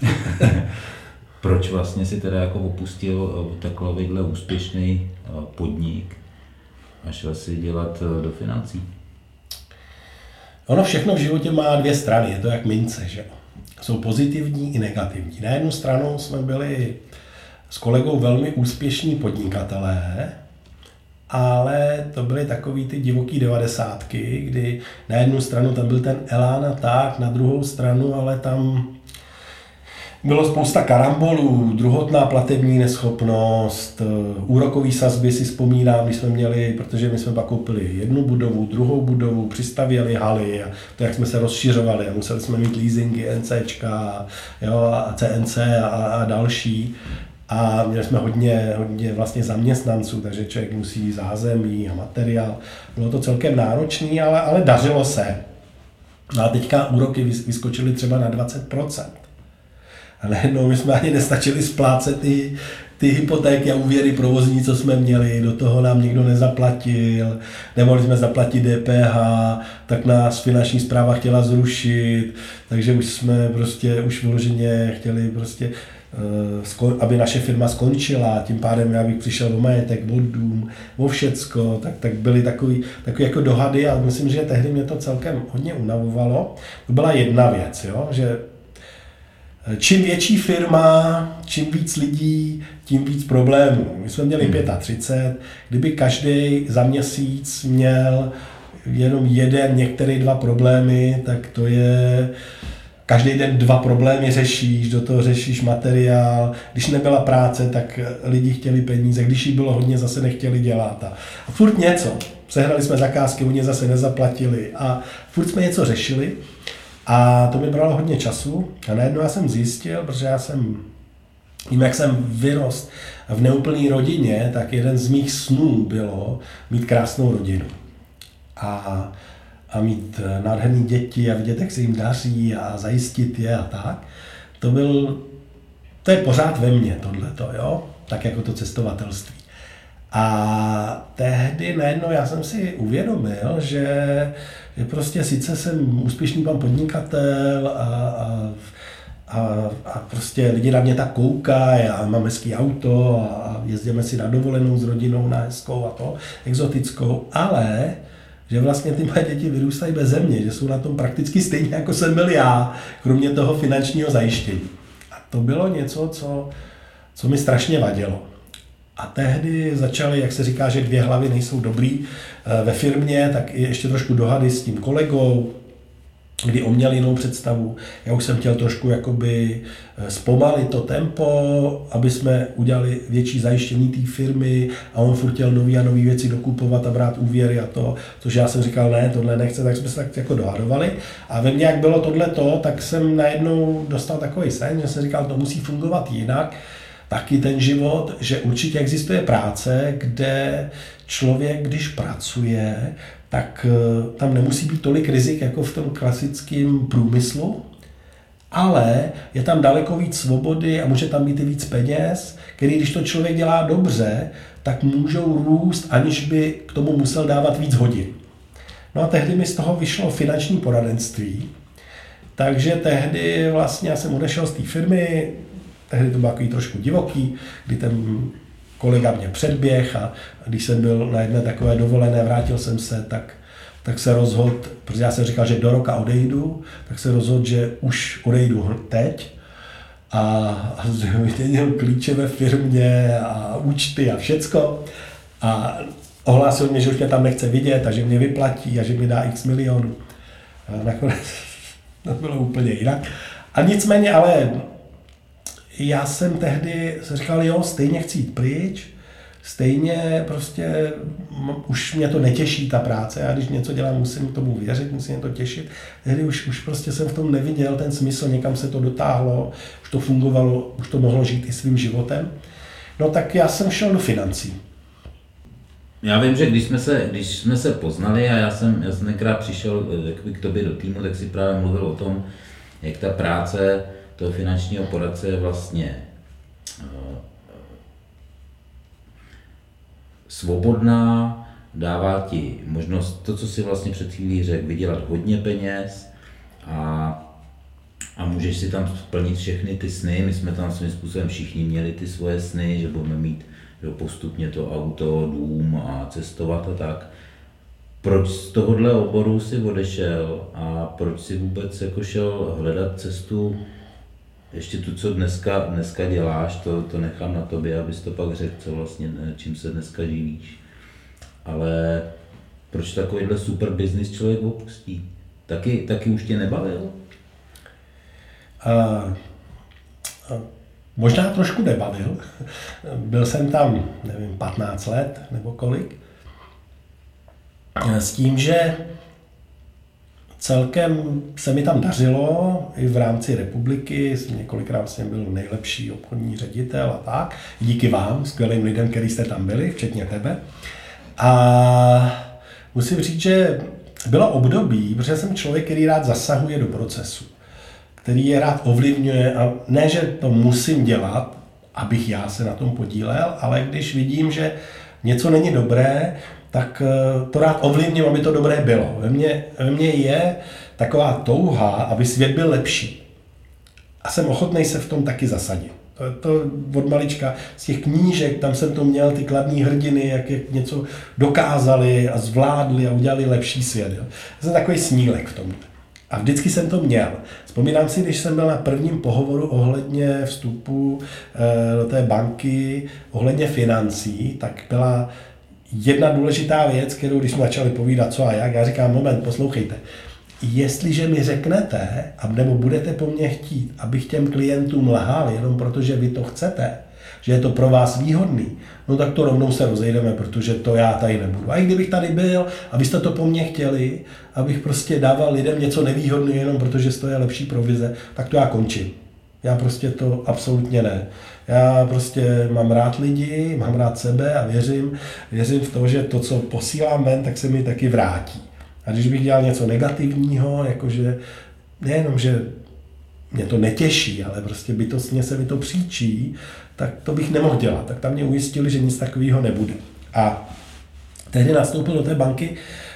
proč vlastně si teda jako opustil takovýhle úspěšný podnik a šel si dělat do financí? Ono všechno v životě má 2 strany, je to jak mince, že? Jsou pozitivní i negativní. Na jednu stranu jsme byli s kolegou velmi úspěšní podnikatelé, ale to byly takový ty divoký 90ky, kdy na jednu stranu tam byl ten elán a tak, na druhou stranu, ale tam bylo spousta karambolů, druhotná platební neschopnost, úrokový sazby si vzpomínám, když jsme měli, protože my jsme pak koupili jednu budovu, druhou budovu, přistavěli haly a to, jak jsme se rozšiřovali a museli jsme mít leasingy, NCčka, jo, a CNC a další. A měli jsme hodně vlastně zaměstnanců, takže člověk musí zázemí a materiál. Bylo to celkem náročné, ale dařilo se. A teďka úroky vyskočily třeba na 20%. A najednou my jsme ani nestačili splácet ty hypotéky a úvěry provozní, co jsme měli, do toho nám nikdo nezaplatil, nemohli jsme zaplatit DPH, tak nás finanční správa chtěla zrušit, takže už jsme prostě už vyloženě chtěli prostě, aby naše firma skončila, tím pádem já bych přišel o majetek, o dům, o všecko, tak byly takový jako dohady a myslím, že tehdy mě to celkem hodně unavovalo. To byla jedna věc, jo, že čím větší firma, čím víc lidí, tím víc problémů. My jsme měli 35, kdyby každý za měsíc měl jenom jeden, některé 2 problémy, tak to je každý den 2 problémy řešíš, do toho řešíš materiál. Když nebyla práce, tak lidi chtěli peníze, když jí bylo hodně, zase nechtěli dělat. A furt něco. Sehnali jsme zakázky, oni zase nezaplatili a furt jsme něco řešili. A to mi bralo hodně času a najednou já jsem zjistil, protože tím, jak jsem vyrost v neúplné rodině, tak jeden z mých snů bylo mít krásnou rodinu. A mít nádherné děti a vidět, jak se jim daří a zajistit je a tak. To je pořád ve mně tohleto, jo? Tak jako to cestovatelství. A tehdy najednou já jsem si uvědomil, že prostě sice jsem úspěšný pan podnikatel a prostě lidi na mě tak koukají a mám hezký auto a jezdíme si na dovolenou s rodinou na hezkou a to exotickou, ale že vlastně ty moje děti vyrůstají beze mě, že jsou na tom prakticky stejně, jako jsem byl já, kromě toho finančního zajištění. A to bylo něco, co mi strašně vadilo. A tehdy začaly, jak se říká, že 2 hlavy nejsou dobrý ve firmě, tak ještě trošku dohady s tím kolegou, kdy on měl jinou představu. Já už jsem chtěl trošku jakoby zpomalit to tempo, aby jsme udělali větší zajištění té firmy a on furt chtěl nový a nový věci dokupovat a brát úvěry a to, což já jsem říkal, ne, tohle nechce, tak jsme se tak jako dohadovali. A ve mně, jak bylo tohleto, tak jsem najednou dostal takový sen, že jsem říkal, to musí fungovat jinak. Taky ten život, že určitě existuje práce, kde člověk, když pracuje, tak tam nemusí být tolik rizik jako v tom klasickém průmyslu, ale je tam daleko víc svobody a může tam být i víc peněz, který když to člověk dělá dobře, tak můžou růst, aniž by k tomu musel dávat víc hodin. No a tehdy mi z toho vyšlo finanční poradenství, takže tehdy vlastně já jsem odešel z té firmy, tehdy to bylo takový trošku divoký, kdy ten kolega mě předběh a když jsem byl na jedné takové dovolené, vrátil jsem se, tak se rozhodl, protože já jsem říkal, že do roka odejdu, tak se rozhodl, že už odejdu teď a vyměnil klíče ve firmě a účty a všecko a ohlásil mě, že už mě tam nechce vidět a že mě vyplatí a že mi dá x milionů. A nakonec to bylo úplně jinak. A nicméně, ale já jsem tehdy se říkal, jo, stejně chci jít pryč, stejně prostě už mě to netěší ta práce, já když něco dělám, musím tomu věřit, musím mě to těšit. Tehdy už prostě jsem v tom neviděl ten smysl, někam se to dotáhlo, už to fungovalo, už to mohlo žít i svým životem. No tak já jsem šel do financí. Já vím, že když jsme se poznali a já jsem tenkrát přišel k tobě do týmu, tak si právě mluvil o tom, jak ta práce toho finančního poradce je vlastně svobodná, dává ti možnost, to, co si vlastně před chvílí řekl, vydělat hodně peněz a můžeš si tam splnit všechny ty sny. My jsme tam svým způsobem všichni měli ty svoje sny, že budeme mít postupně to auto, dům a cestovat a tak. Proč z tohohle oboru si odešel a proč si vůbec jako šel hledat cestu, ještě tu, co dneska děláš, to nechám na tobě, abys to pak řekl, co vlastně, čím se dneska živíš. Ale proč takovýhle super business člověk opustí? Taky už tě nebavil? Možná trošku nebavil. Byl jsem tam, nevím, 15 let nebo kolik. S tím, že celkem se mi tam dařilo, i v rámci republiky, jsem několikrát vlastně byl nejlepší obchodní ředitel a tak. Díky vám, skvělým lidem, kteří jste tam byli, včetně tebe. A musím říct, že bylo období, protože jsem člověk, který rád zasahuje do procesu, který je rád ovlivňuje a ne, že to musím dělat, abych já se na tom podílel, ale když vidím, že něco není dobré, tak to rád ovlivním, aby to dobré bylo. Ve mně je taková touha, aby svět byl lepší. A jsem ochotný se v tom taky zasadit. To od malička z těch knížek, tam jsem to měl, ty kladní hrdiny, jak něco dokázali a zvládli a udělali lepší svět. Jo. Jsem takový snílek v tom. A vždycky jsem to měl. Vzpomínám si, když jsem byl na prvním pohovoru ohledně vstupu do té banky, ohledně financí, tak byla jedna důležitá věc, kterou když jsme začali povídat co a jak, já říkám, moment, poslouchejte. Jestliže mi řeknete, nebo budete po mně chtít, abych těm klientům lhal jenom protože vy to chcete, že je to pro vás výhodný, no tak to rovnou se rozejdeme, protože to já tady nebudu. A i kdybych tady byl a vy jste to po mně chtěli, abych prostě dával lidem něco nevýhodného jenom protože to je lepší provize, tak to já končím. Já prostě to absolutně ne. Já prostě mám rád lidi, mám rád sebe a věřím v to, že to, co posílám ven, tak se mi taky vrátí. A když bych dělal něco negativního, jakože nejenom, že mě to netěší, ale prostě bytostně se mi to příčí, tak to bych nemohl dělat. Tak tam mě ujistili, že nic takového nebude. A tehdy nastoupil do té banky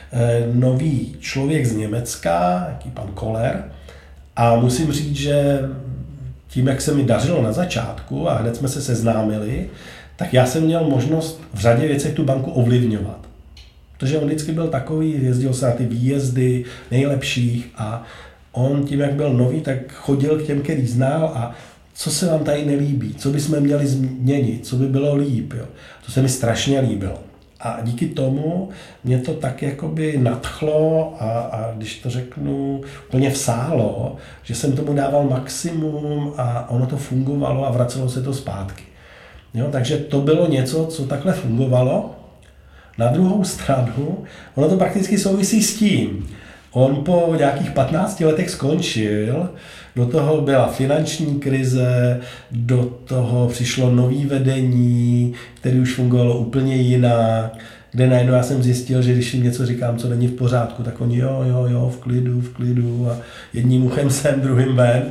nový člověk z Německa, jaký pan Koller, a musím říct, že tím, jak se mi dařilo na začátku a hned jsme se seznámili, tak já jsem měl možnost v řadě věcech tu banku ovlivňovat. Protože on vždycky byl takový, jezdil se na ty výjezdy nejlepších a on tím, jak byl nový, tak chodil k těm, který znal a co se vám tady nelíbí, co bychom měli změnit, co by bylo líp. Jo. To se mi strašně líbilo. A díky tomu mě to tak jakoby nadchlo a když to řeknu, úplně vsálo, že jsem tomu dával maximum a ono to fungovalo a vracelo se to zpátky. Jo, takže to bylo něco, co takhle fungovalo. Na druhou stranu, ono to prakticky souvisí s tím. On po nějakých 15 letech skončil, do toho byla finanční krize, do toho přišlo nový vedení, které už fungovalo úplně jinak, kde najednou já jsem zjistil, že když jim něco říkám, co není v pořádku, tak oni jo, v klidu a jedním uchem sem, druhým ven.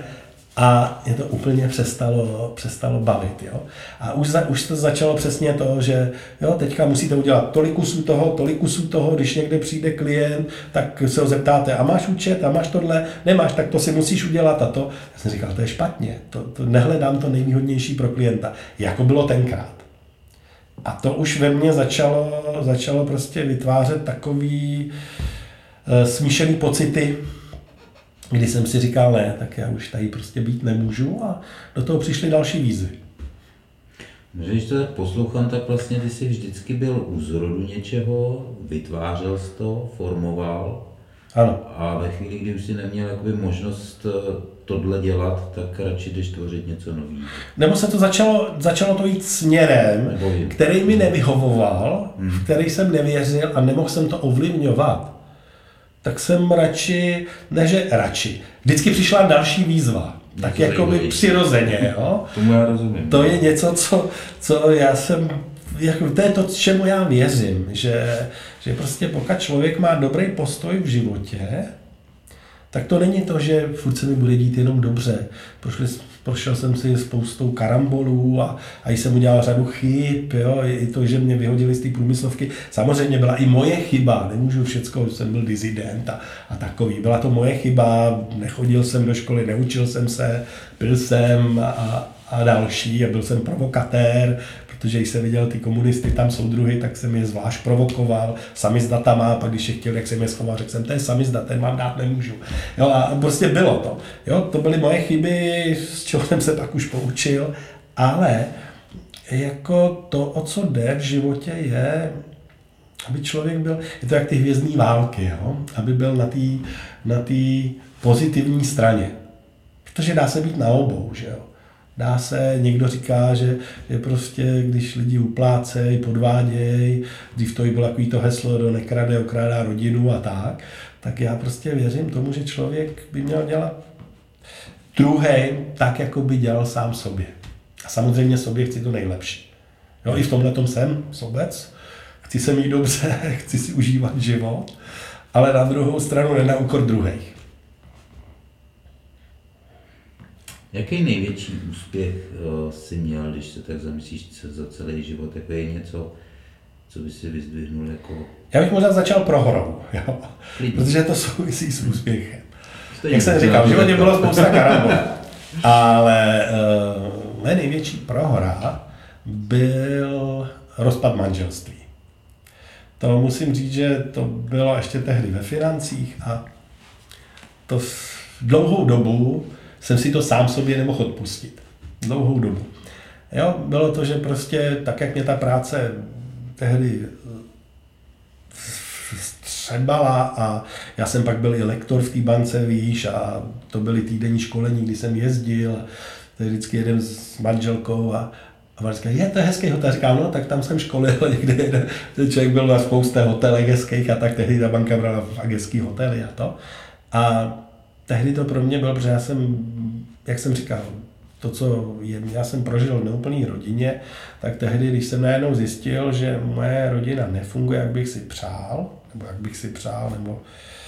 A mě to úplně přestalo bavit. Jo? A už to začalo přesně to, že jo, teďka musíte udělat tolik kusů toho, když někde přijde klient, tak se ho zeptáte, a máš účet, a máš tohle, nemáš, tak to si musíš udělat a to. Já jsem říkal, to je špatně, to nehledám to nejvýhodnější pro klienta, jako bylo tenkrát. A to už ve mně začalo prostě vytvářet takový smíšený pocity, kdy jsem si říkal, ne, tak já už tady prostě být nemůžu a do toho přišly další výzvy. Když to tak poslouchám, tak vlastně ty jsi vždycky byl u zrodu něčeho, vytvářel jsi to, formoval. Ano. A ve chvíli, kdy už si neměl jakoby možnost tohle dělat, tak radši jdeš tvořit něco nového. Nebo se to začalo to jít směrem, který mi nevyhovoval, v který jsem nevěřil a nemohl jsem to ovlivňovat. Tak jsem radši, vždycky přišla další výzva, tak jako by přirozeně, jo. Tomu já rozumím. To je něco, co já jsem, jako, to je to, čemu já věřím, že prostě pokud člověk má dobrý postoj v životě, tak to není to, že furt se mi bude dít jenom dobře. Prošel jsem si spoustou karambolů a jsem udělal řadu chyb, jo? I to, že mě vyhodili z té průmyslovky. Samozřejmě byla i moje chyba, nemůžu všecko, jsem byl disident a takový. Byla to moje chyba, nechodil jsem do školy, neučil jsem se, pil jsem a další a byl jsem provokatér, protože když jsem viděl ty komunisty tam soudruhy, tak jsem je zvlášť provokoval, samizdat má, pak když je chtěl, jak jsem je schoval, řekl jsem, to je samizdat, ten vám dát nemůžu. Jo, a prostě bylo to. Jo, to byly moje chyby, z čeho jsem se pak už poučil, ale jako to, o co jde v životě je, aby člověk byl, je to jak ty hvězdní války, jo? Aby byl na té pozitivní straně. Protože dá se být na obou, že jo. Dá se, někdo říká, že prostě, když lidi uplácejí, podvádějí, dřív to i bylo takový to heslo, kdo nekrade, okrádá rodinu a tak já prostě věřím tomu, že člověk by měl dělat druhý tak, jako by dělal sám sobě. A samozřejmě sobě chci to nejlepší. Jo, i v tomhletom jsem sobec, chci se mít dobře, chci si užívat život, ale na druhou stranu ne na úkor druhých. Jaký největší úspěch jsi měl, když se tak zamyslíš za celý život? Jako je něco, co by si vyzdvihnul jako... Já bych možná začal prohrou, jo? Protože to souvisí s úspěchem. Jak jsem říkal, v životě bylo spousta karambol. Ale moje největší prohra byl rozpad manželství. To musím říct, že to bylo ještě tehdy ve financích a to dlouhou dobu jsem si to sám sobě nemohl odpustit. Dlouhou dobu. Jo, bylo to, že prostě tak, jak mě ta práce tehdy třebala a já jsem pak byl i lektor v té bance, víš, a to byly týdenní školení, kdy jsem jezdil, to je vždycky jeden s manželkou a on říká, to je hezký hotel, říkám, no tak tam jsem školil někde, ten člověk byl na spoustě hotelech hezkých a tak tehdy ta banka brala fakt hezký hotely a to. A tehdy to pro mě bylo, protože já jsem, jak jsem říkal, to, co já jsem prožil v neúplný rodině, tak tehdy, když jsem najednou zjistil, že moje rodina nefunguje, jak bych si přál, nebo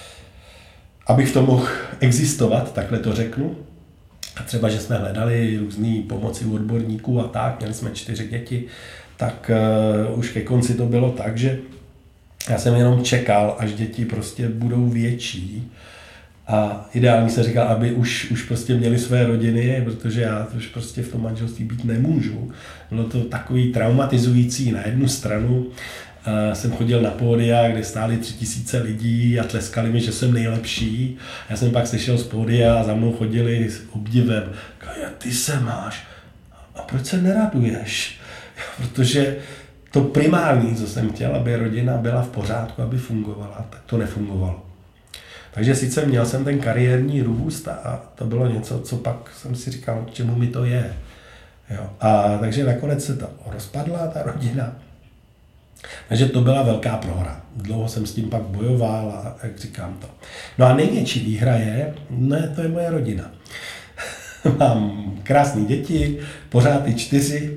abych v tom mohl existovat, takhle to řeknu. A třeba, že jsme hledali různé pomoci u odborníků a tak, měli jsme 4 děti, tak už ke konci to bylo tak, že já jsem jenom čekal, až děti prostě budou větší. A ideálně se říkal, aby už prostě měli své rodiny, protože já už prostě v tom manželství být nemůžu. Bylo to takový traumatizující na jednu stranu. Jsem chodil na pódia, kde stáli 3000 lidí a tleskali mi, že jsem nejlepší. Já jsem pak slyšel z pódia a za mnou chodili s obdivem. Kaja, ty se máš. A proč se neraduješ? Protože to primární, co jsem chtěl, aby rodina byla v pořádku, aby fungovala, tak to nefungovalo. Takže sice měl jsem ten kariérní růst a to bylo něco, co pak jsem si říkal, k čemu mi to je. Jo. A takže nakonec se to rozpadla, ta rodina. Takže to byla velká prohra. Dlouho jsem s tím pak bojoval a jak říkám to. No a největší výhra je, to je moje rodina. Mám krásné děti, pořád i 4.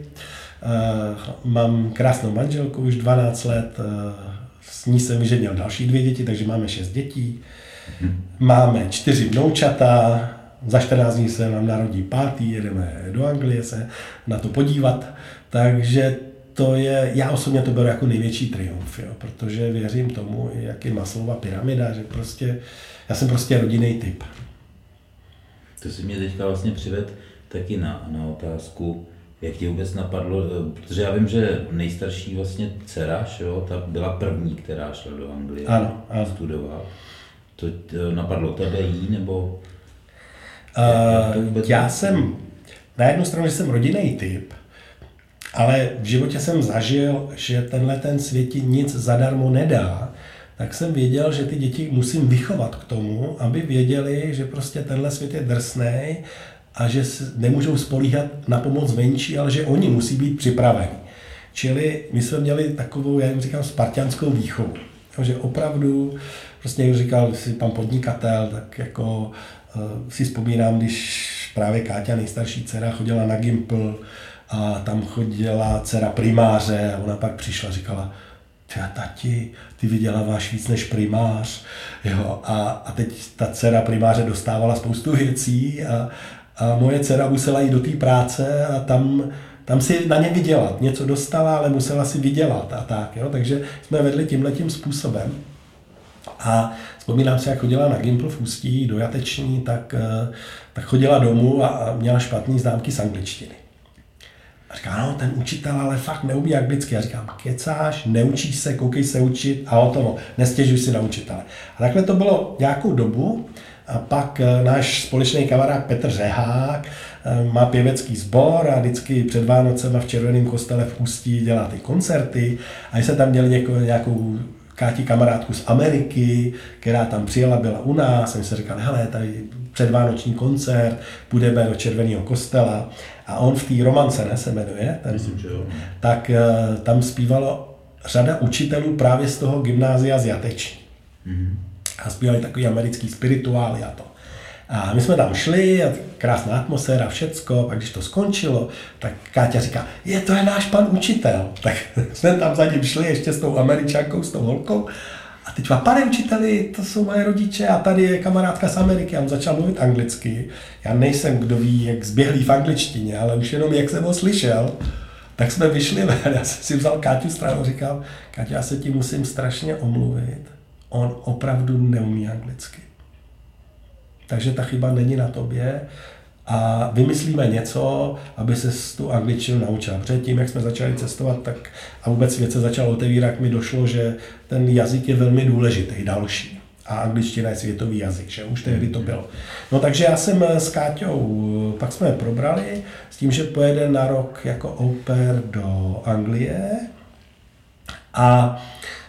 Mám krásnou manželku, už 12 let. S ní jsem vyženil další 2 děti, takže máme 6 dětí. Máme 4 vnoučata, za 14 dní se nám narodí 5, jedeme do Anglie se na to podívat, takže to je, já osobně to beru jako největší triumf, jo, protože věřím tomu, jak je Maslowova pyramida, že prostě, já jsem prostě rodinný typ. To si mě teďka vlastně přived taky na otázku, jak ti vůbec napadlo, protože já vím, že nejstarší vlastně dcera, jo, ta byla první, která šla do Anglie a studovala. To napadlo tebe jí, nebo? Já jsem, na jednu stranu, že jsem rodinný typ, ale v životě jsem zažil, že ten svět ti nic zadarmo nedá, tak jsem věděl, že ty děti musím vychovat k tomu, aby věděli, že prostě tenhle svět je drsnej a že nemůžou spolíhat na pomoc venčí, ale že oni musí být připraveni. Čili my jsme měli takovou, já jim říkám, spartianskou výchovu. Že opravdu, prostě jak říkal si pan podnikatel, tak jako si vzpomínám, když právě Káťa, nejstarší dcera, chodila na Gimpl a tam chodila dcera primáře a ona pak přišla a říkala, tati, ty vyděláváš víc než primář. Jo, a teď ta dcera primáře dostávala spoustu věcí a moje dcera musela jít do té práce a tam si na ně vydělat. Něco dostala, ale musela si vydělat a tak. Jo? Takže jsme vedli tímhletím způsobem. A vzpomínám si, jak chodila na Gimpl v Ústí do Jateční, tak chodila domů a měla špatný známky z angličtiny. A říká, no ten učitel ale fakt neumí anglicky. Já říkám, kecáš, neučíš se, koukej se učit a hotovo, nestěžuj si na učitele. A takhle to bylo nějakou dobu. A pak náš společný kamarád Petr Řehák má pěvecký sbor a vždycky před Vánocema v Červeném kostele v Ústí dělá ty koncerty. A jsme tam měli nějakou Káti kamarádku z Ameriky, která tam přijela, byla u nás. A my se říkali, hele, tady předvánoční koncert, půjdeme do Červeného kostela. A on v té Romance, ne, se jmenuje, myslím, že jo. Tak tam zpívalo řada učitelů právě z toho gymnázia z Jateční. A zpívali takový americký spirituály a to. A my jsme tam šli a krásná atmosféra, všecko, pak když to skončilo, tak Káťa říká, to je náš pan učitel. Tak jsme tam za ním šli ještě s tou Američankou, s tou holkou. A teď pane učiteli, to jsou moje rodiče a tady je kamarádka z Ameriky. A on začal mluvit anglicky. Já nejsem, kdo ví, jak zběhlý v angličtině, ale už jenom jak jsem ho slyšel, tak jsme vyšli ven. Já jsem si vzal Káťu stranu a říkal, Káťa, já se ti musím strašně omluvit. On opravdu neumí anglicky. Takže ta chyba není na tobě a vymyslíme něco, aby se tu angličtinu naučil. Předtím, jak jsme začali cestovat, tak a vůbec svět se začal otevírat, mi došlo, že ten jazyk je velmi důležitý, další. A angličtina je světový jazyk, že už tehdy to bylo. No takže já jsem s Káťou, pak jsme probrali s tím, že pojede na rok jako au pair do Anglie a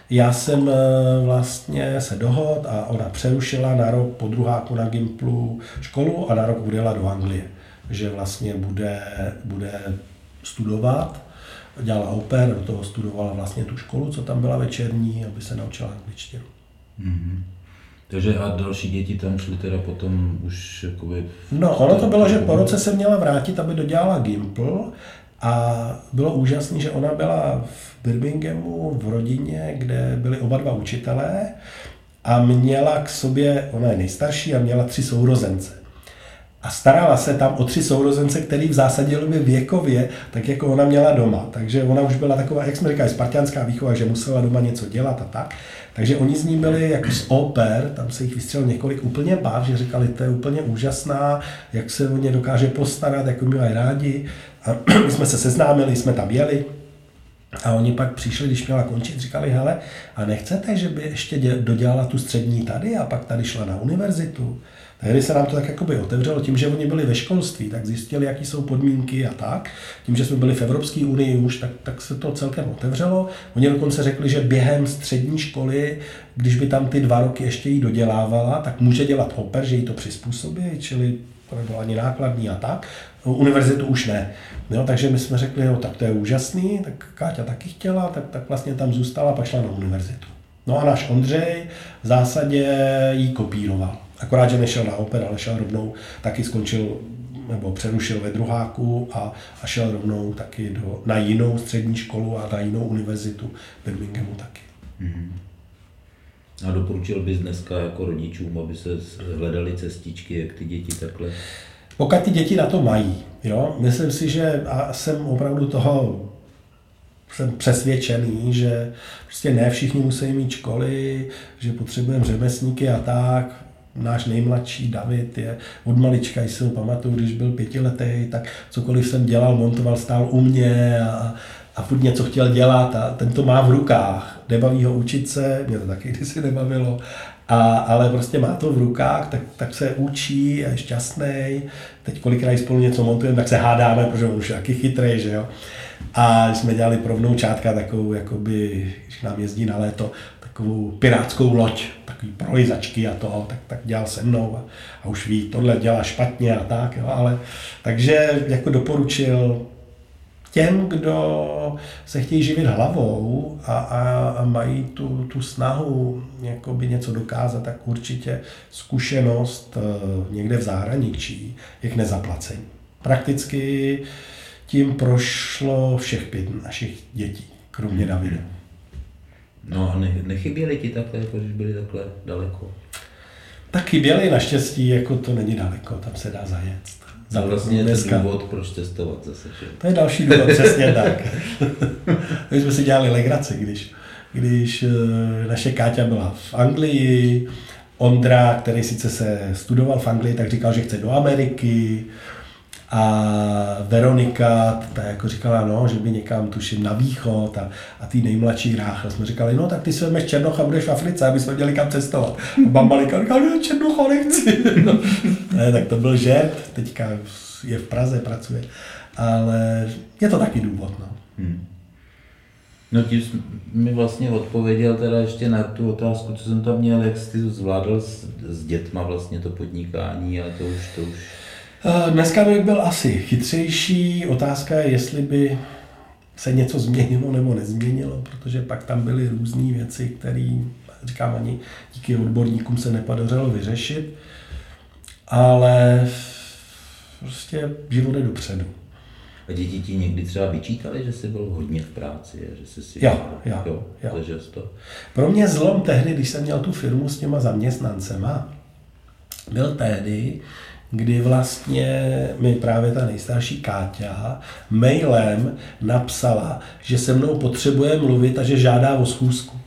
Já jsem vlastně se dohodl a ona přerušila na rok po druháku na Gimplu školu a na rok odjela do Anglie, že vlastně bude studovat. Dělala au pair, do toho studovala vlastně tu školu, co tam byla večerní, aby se naučila angličtinu. Mm-hmm. Takže a další děti tam šly teda potom už jakoby... No, ono to bylo, že po roce se měla vrátit, aby dodělala Gimple a bylo úžasné, že ona byla v Birminghamu v rodině, kde byli oba dva učitelé a měla k sobě, ona je nejstarší a měla 3 sourozence. A starala se tam o 3 sourozence, který v zásadě byli věkově, tak jako ona měla doma. Takže ona už byla taková, jak jsme říkali, spartianská výchova, že musela doma něco dělat a tak. Takže oni z ní byli jako z au pair, tam se jich vystřelilo několik úplně bav, že říkali, to je úplně úžasná, jak se o ně dokáže postarat, jak mi mají rádi. A my jsme se seznámili, jsme tam jeli. A oni pak přišli, když měla končit, říkali, hele, a nechcete, že by ještě dodělala tu střední tady a pak tady šla na univerzitu? Tehdy se nám to tak jakoby otevřelo, tím, že oni byli ve školství, tak zjistili, jaký jsou podmínky a tak. Tím, že jsme byli v Evropské unii už, tak se to celkem otevřelo. Oni dokonce řekli, že během střední školy, když by tam ty 2 roky ještě jí dodělávala, tak může dělat au pair, že jí to přizpůsobí, čili to nebylo ani nákladný a tak. Univerzitu už ne. Jo, takže my jsme řekli, jo, tak to je úžasný, tak Káťa taky chtěla, tak vlastně tam zůstala a pak šla na univerzitu. No a náš Ondřej v zásadě jí kopíroval. Akorát, že nešel na au pair, ale šel rovnou, taky skončil, nebo přerušil ve druháku a šel rovnou taky na jinou střední školu a na jinou univerzitu v Birminghamu taky. A doporučil bys dneska jako rodičům, aby se hledali cestičky, jak ty děti takhle? Pokud ty děti na to mají, jo, myslím si, že a jsem opravdu jsem přesvědčený, že prostě ne všichni musí mít školy, že potřebujeme řemeslníky a tak. Náš nejmladší David je od malička, si ho pamatuju, když byl 5letý, tak cokoliv jsem dělal, montoval, stál u mě a furt něco chtěl dělat a ten to má v rukách. Nebaví ho učit se, mě to taky kdysi nebavilo, ale prostě má to v rukách, tak se učí a je šťastný. Teď kolikrát spolu něco montujeme, tak se hádáme, protože on už je taky chytrý, že jo. A jsme dělali pro vnoučátka takovou, jakoby, když nám jezdí na léto, takovou pirátskou loď, takový prolizačky a toho, tak dělal se mnou a už ví, tohle dělá špatně a tak, jo, ale takže jako doporučil těm, kdo se chtějí živit hlavou a mají tu snahu jakoby něco dokázat, tak určitě zkušenost někde v zahraničí je k nezaplacení. Prakticky tím prošlo všech 5 našich dětí, kromě Davida. No a nechyběli ti takhle, jako když byli takhle daleko? Tak chyběli, naštěstí, jako to není daleko, tam se dá zajet. To vlastně je ten důvod, proč testovat zase. Že? To je další důvod, přesně tak. My jsme si dělali legraci, když naše Káťa byla v Anglii, Ondra, který sice se studoval v Anglii, tak říkal, že chce do Ameriky, a Veronika, ta jako říkala, no, že by někam tuším na východ a ty nejmladší Rácha. Jsme říkali, no tak ty se vezmeš Černocha a budeš v Africe, aby jsme měli kam cestovat. A Bambalika říkala, no Černocha nechci. No. Ne, tak to byl žert, teďka je v Praze, pracuje. Ale je to taky důvod, no. No tím jsi mi vlastně odpověděl teda ještě na tu otázku, co jsem tam měl, jak jsi ty zvládl s dětma vlastně to podnikání a to už... Dneska bych byl asi chytřejší. Otázka je, jestli by se něco změnilo nebo nezměnilo, protože pak tam byly různé věci, které, říkám, ani díky odborníkům se nepodařilo vyřešit, ale prostě život jde dopředu. A děti ti někdy třeba vyčítali, že jsi byl hodně v práci, že jsi si... Jo. To. Pro mě zlom tehdy, když jsem měl tu firmu s těma zaměstnancema, byl tehdy, kdy vlastně mi právě ta nejstarší Káťa mailem napsala, že se mnou potřebuje mluvit a že žádá o schůzku.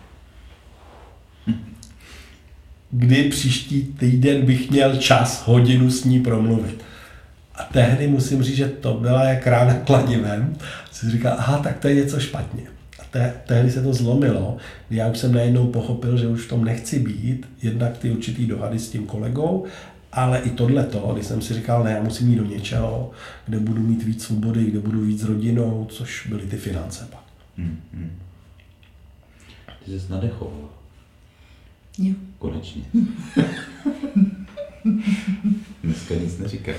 Kdy příští týden bych měl čas, hodinu s ní promluvit. A tehdy musím říct, že to byla jak rána kladivem. Si říkal, aha, tak to je něco špatně. A tehdy se to zlomilo, kdy já už jsem najednou pochopil, že už v tom nechci být, jednak ty určitý dohady s tím kolegou, ale i tohleto, když jsem si říkal, ne, já musím jít do něčeho, kde budu mít víc svobody, kde budu víc s rodinou, což byly ty finance pak. Ty jsi nadechovala. Jo. Konečně. Dneska nic neříkáš.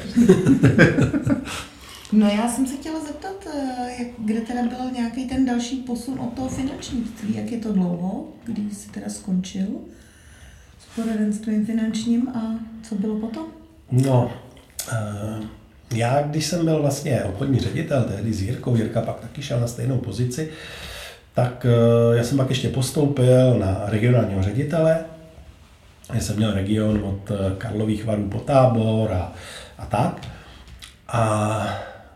No já jsem se chtěla zeptat, kde teda byl nějaký ten další posun od toho finančnictví, jak je to dlouho, když jsi teda skončil s poradenstvím finančním a co bylo potom? No, já když jsem byl vlastně obchodní ředitel, tehdy s Jirka pak taky šel na stejnou pozici, tak já jsem pak ještě postoupil na regionálního ředitele. Já jsem měl region od Karlových Varů po Tábor a tak. A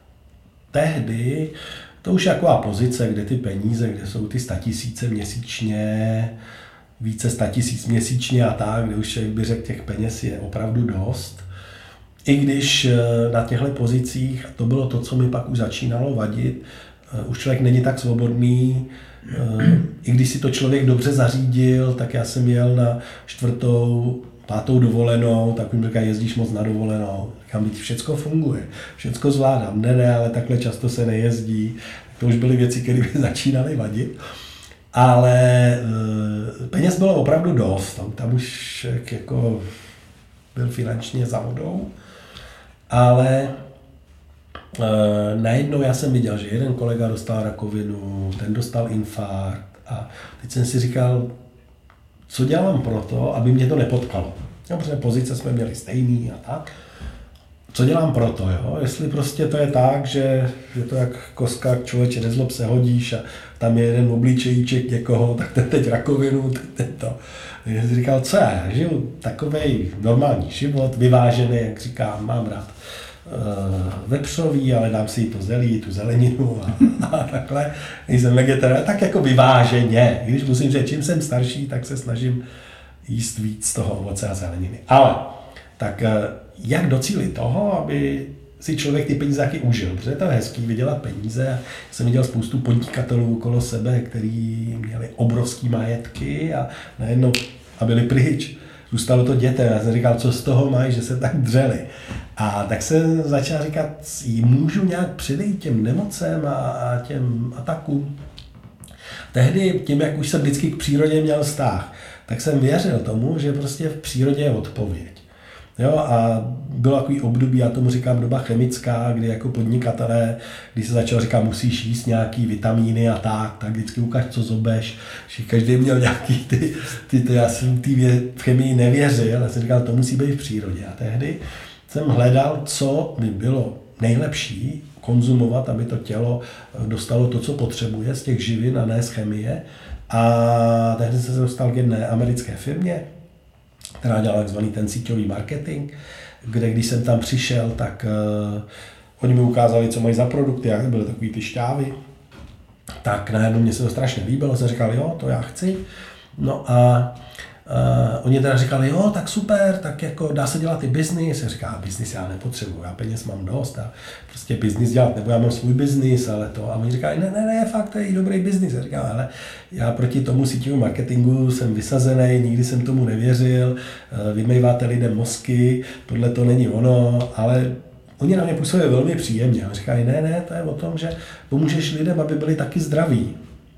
tehdy to už je taková pozice, kde ty peníze, kde jsou ty 100 000 měsíčně, více 100 000 měsíčně a tak, kde už člověk by řekl, těch peněz je opravdu dost. I když na těchto pozicích, a to bylo to, co mi pak už začínalo vadit, už člověk není tak svobodný, i když si to člověk dobře zařídil, tak já jsem jel na 4., 5. dovolenou, tak mi říká, jezdíš moc na dovolenou. Říkám, teď všecko funguje, všecko zvládám. Ne, ale takhle často se nejezdí. To už byly věci, které by začínaly vadit. Ale peněz bylo opravdu dost. Tam už jako byl finančně za vodou. Ale najednou já jsem viděl, že jeden kolega dostal rakovinu, ten dostal infarkt a teď jsem si říkal, co dělám pro to, aby mě to nepotkalo. No, protože pozice jsme měli stejný a tak. Co dělám pro to, jo? Jestli prostě to je tak, že je to jak koska, člověče, nezlob se hodíš a tam je jeden obličejíček někoho, tak ten teď rakovinu, ten to. Já jsem říkal, co já žiju takovej normální život, vyvážený, jak říkám, mám rád vepřový, ale dám si to zelí, tu zeleninu a takhle. Jsem vegetarián, tak jako vyváženě. I když musím říct, čím jsem starší, tak se snažím jíst víc toho ovoce a zeleniny. Ale tak jak docílit toho, aby si člověk ty peníze taky užil? Protože je to hezký vydělat peníze. Já jsem viděl spoustu podnikatelů okolo sebe, kteří měli obrovský majetky a najednou a byli pryč. Zůstalo to dětem. Já jsem říkal, co z toho mají, že se tak dřeli. A tak jsem začal říkat, můžu nějak předejít těm nemocem a těm atakům. Tehdy, tím, jak už jsem vždycky k přírodě měl vztah, tak jsem věřil tomu, že prostě v přírodě je odpověď. Jo, a bylo takový období, já tomu říkám doba chemická, kdy jako podnikatelé, když se začal říkat, musíš jíst nějaký vitamíny a tak vždycky ukaž, co zobeš. Každý měl nějaký já jsem v chemii nevěřil, já jsem říkal, to musí být v přírodě. A tehdy jsem hledal, co by bylo nejlepší konzumovat, aby to tělo dostalo to, co potřebuje z těch živin a ne z chemie. A tehdy jsem se dostal k jedné americké firmě, která dělala takzvaný ten síťový marketing, kde když jsem tam přišel, tak oni mi ukázali, co mají za produkty, jak byly takový ty šťávy. Tak najednou mě se to strašně líbilo, jsem říkal, jo, to já chci. No a oni teda říkali, jo, tak super, tak jako dá se dělat i biznis. Já říkám, biznis já nepotřebuji, já peněz mám dost a prostě biznis dělat, nebo já mám svůj biznis, ale to. A oni říkají, ne, fakt, to je i dobrý biznis. Já říkám, ale já proti tomu síťovému marketingu jsem vysazený, nikdy jsem tomu nevěřil, vymýváte lidem mozky, tohle to není ono, ale oni na mě působí velmi příjemně. A říkají, ne, to je o tom, že pomůžeš lidem, aby byli taky zdraví.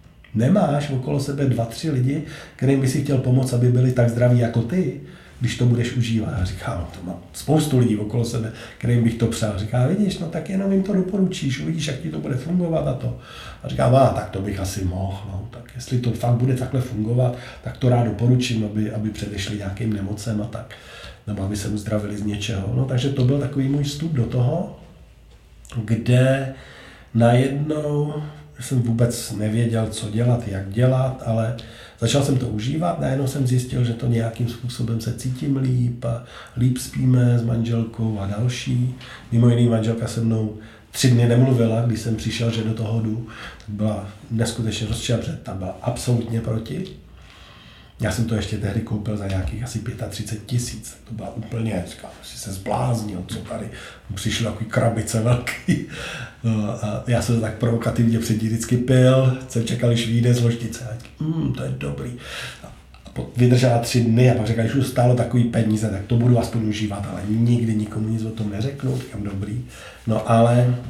Nemáš okolo sebe 2-3 lidi, kterým by si chtěl pomoct, aby byli tak zdraví jako ty, když to budeš užívat. A říkám, to mám spoustu lidí okolo sebe, kterým bych to přál. Říká, vidíš, no tak jenom jim to doporučíš, uvidíš, jak ti to bude fungovat a to. A říkám, tak to bych asi mohl, no, tak jestli to fakt bude takhle fungovat, tak to rád doporučím, aby předešli nějakým nemocem a tak, nebo aby se uzdravili z něčeho. No, takže to byl takový můj vstup do toho, kde najednou jsem vůbec nevěděl, co dělat, jak dělat, ale začal jsem to užívat, najednou jsem zjistil, že to nějakým způsobem se cítím líp a líp spíme s manželkou a další. Mimo jiný manželka se mnou 3 dny nemluvila, když jsem přišel, že do toho jdu, tak byla neskutečně rozčilá, protože tam byla absolutně proti. Já jsem to ještě tehdy koupil za nějakých asi 35 000, tak to byla úplně, říkám, že se zbláznil, co tady, přišly takový krabice velký. No, a já jsem to tak provokativně před ní vždycky pil, jsem čekal, když vyjde z ložnice, a to je dobrý. A vydržela 3 dny a pak řekla, když už stálo takový peníze, tak to budu aspoň užívat, ale nikdy nikomu nic o tom neřeknu, říkám dobrý. No ale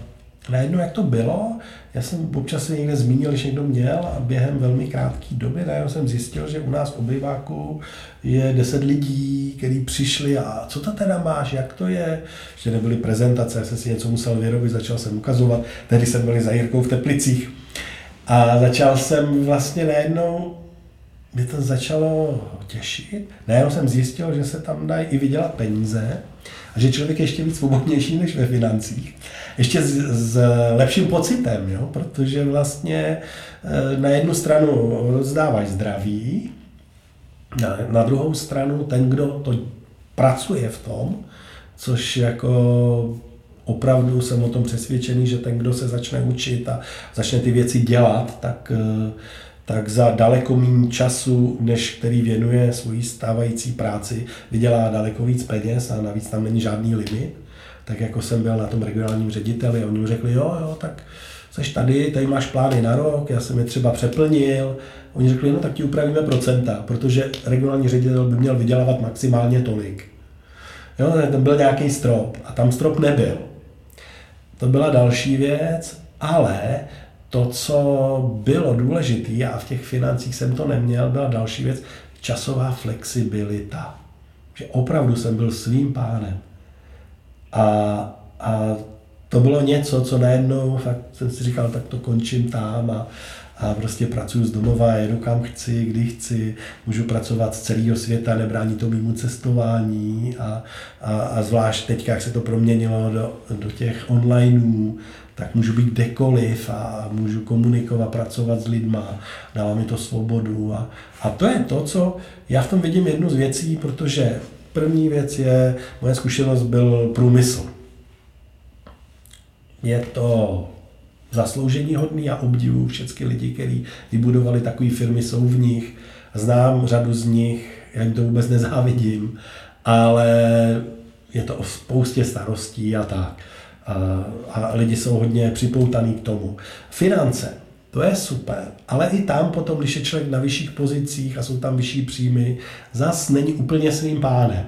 najednou jak to bylo, já jsem občas se někde zmínil, když někdo měl a během velmi krátké doby najednou jsem zjistil, že u nás v obýváku je 10 lidí, kteří přišli a co to teda máš, jak to je, že nebyly prezentace, já jsem si něco musel vyrobit, začal jsem ukazovat, tehdy jsem byl za Jirkou v Teplicích a začal jsem vlastně najednou, mě to začalo těšit, najednou jsem zjistil, že se tam dají i vydělat peníze a že člověk je ještě víc svobodnější než ve financích. Ještě s lepším pocitem, jo? Protože vlastně na jednu stranu rozdáváš zdraví, na druhou stranu ten, kdo to pracuje v tom, což jako opravdu jsem o tom přesvědčený, že ten, kdo se začne učit a začne ty věci dělat, tak za daleko méně času, než který věnuje svojí stávající práci, vydělá daleko víc peněz a navíc tam není žádný limit. Tak jako jsem byl na tom regionálním řediteli a oni mi řekli, jo, tak seš tady máš plány na rok, já jsem je třeba přeplnil. Oni řekli, no tak ti upravíme procenta, protože regionální ředitel by měl vydělávat maximálně tolik. Jo, tam byl nějaký strop a tam strop nebyl. To byla další věc, ale to, co bylo důležité, a v těch financích jsem to neměl, byla další věc, časová flexibilita. Že opravdu jsem byl svým pánem. A to bylo něco, co najednou fakt jsem si říkal, tak to končím tam a prostě pracuji z domova, jedu kam chci, kdy chci, můžu pracovat z celého světa, nebrání to mému cestování a zvlášť teď, jak se to proměnilo do těch onlineů, tak můžu být kdekoliv a můžu komunikovat, pracovat s lidma, dává mi to svobodu a to je to, co já v tom vidím jednu z věcí, protože první věc je, moje zkušenost byl průmysl. Je to zasloužení hodný a obdivuju všechny lidi, kteří vybudovali takové firmy, jsou v nich. Znám řadu z nich, já jim to vůbec nezávidím, ale je to o spoustě starostí a tak. A lidi jsou hodně připoutaný k tomu. Finance, to je super, ale i tam potom, když je člověk na vyšších pozicích a jsou tam vyšší příjmy, zas není úplně svým pánem.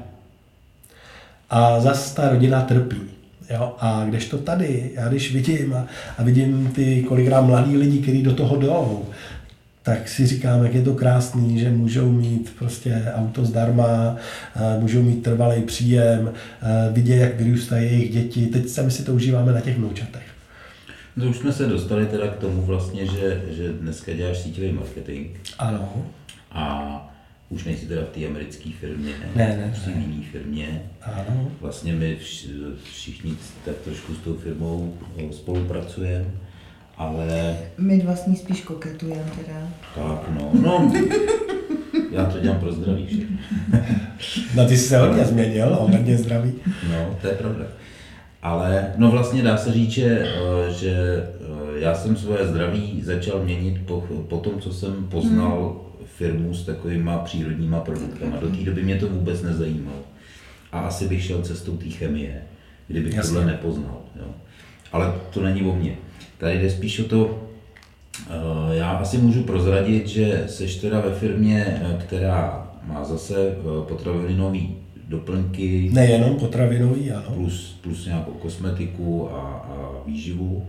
A zas ta rodina trpí. Jo? A kdežto tady, já když vidím a vidím ty kolikrát mladí lidi, kteří do toho jdou, tak si říkám, jak je to krásný, že můžou mít prostě auto zdarma, můžou mít trvalý příjem, vidět, jak vyrůstají jejich děti. Teď sami si to užíváme na těch vnoučatech. No už jsme se dostali teda k tomu vlastně, že dneska děláš síťový marketing. Ano. A už nejsi teda v té americké firmě, ne. Už jsi v jiné firmě. Ano. Vlastně my všichni tak trošku s tou firmou spolupracujeme, ale... My dva s ní spíš koketujeme teda. Tak no, já to dělám pro zdraví všechno. No ty jsi se hodně změnil, hodně zdraví. No, to je pravda. Ale no vlastně dá se říct, že já jsem svoje zdraví začal měnit po tom, co jsem poznal firmu s takovýma přírodníma produktama. Do té doby mě to vůbec nezajímalo. A asi bych šel cestou té chemie, kdybych tohle nepoznal. Jo. Ale to není o mně. Tady jde spíš o to, já asi můžu prozradit, že seš teda ve firmě, která má zase potravinový doplňky. Nejenom potravinový, ano. Plus nějakou kosmetiku a výživu.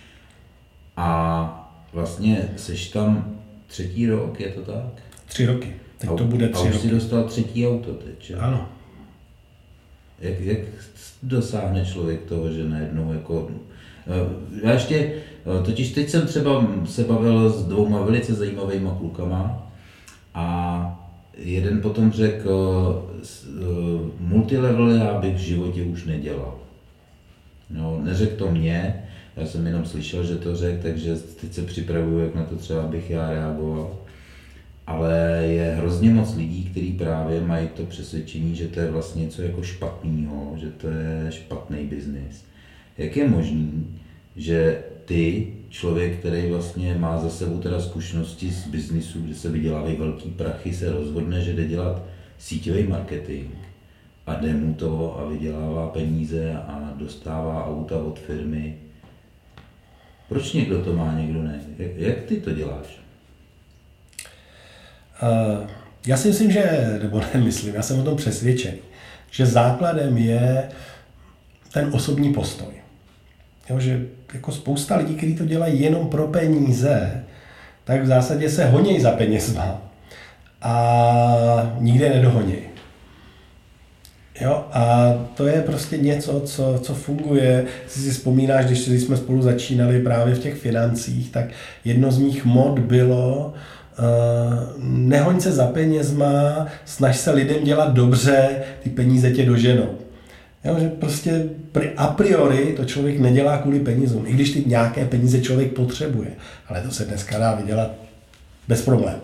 A vlastně seš tam 3. rok, je to tak? 3 roky. Teď to bude 3 roky. A už si dostal 3. auto teď, že? Ano. Jak dosáhne člověk toho, že najednou jako... Já ještě, totiž teď jsem třeba se bavil s 2 velice zajímavýma klukama a jeden potom řekl, multilevel já bych v životě už nedělal. No, neřekl to mě, já jsem jenom slyšel, že to řekl, takže teď se připravuju, jak na to třeba bych já reagoval. Ale je hrozně moc lidí, kteří právě mají to přesvědčení, že to je vlastně něco jako špatného, že to je špatný biznis. Jak je možný, že ty, člověk, který vlastně má za sebou teda zkušenosti z biznisu, kde se vydělávají velký prachy, se rozhodne, že jde dělat síťový marketing a jde mu to a vydělává peníze a dostává auta od firmy. Proč někdo to má, někdo ne? Jak ty to děláš? Já si myslím, nebo nemyslím, já jsem o tom přesvědčený, že základem je ten osobní postoj. Jo, že jako spousta lidí, kteří to dělají jenom pro peníze, tak v zásadě se honějí za penězma a nikde nedohonějí. Jo, a to je prostě něco, co funguje. Si vzpomínáš, když jsme spolu začínali právě v těch financích, tak jedno z mých mod bylo nehoň se za penězma, snaž se lidem dělat dobře, ty peníze tě doženou. Jo, že prostě a priori to člověk nedělá kvůli penězům, i když ty nějaké peníze člověk potřebuje, ale to se dneska dá vydělat bez problémů.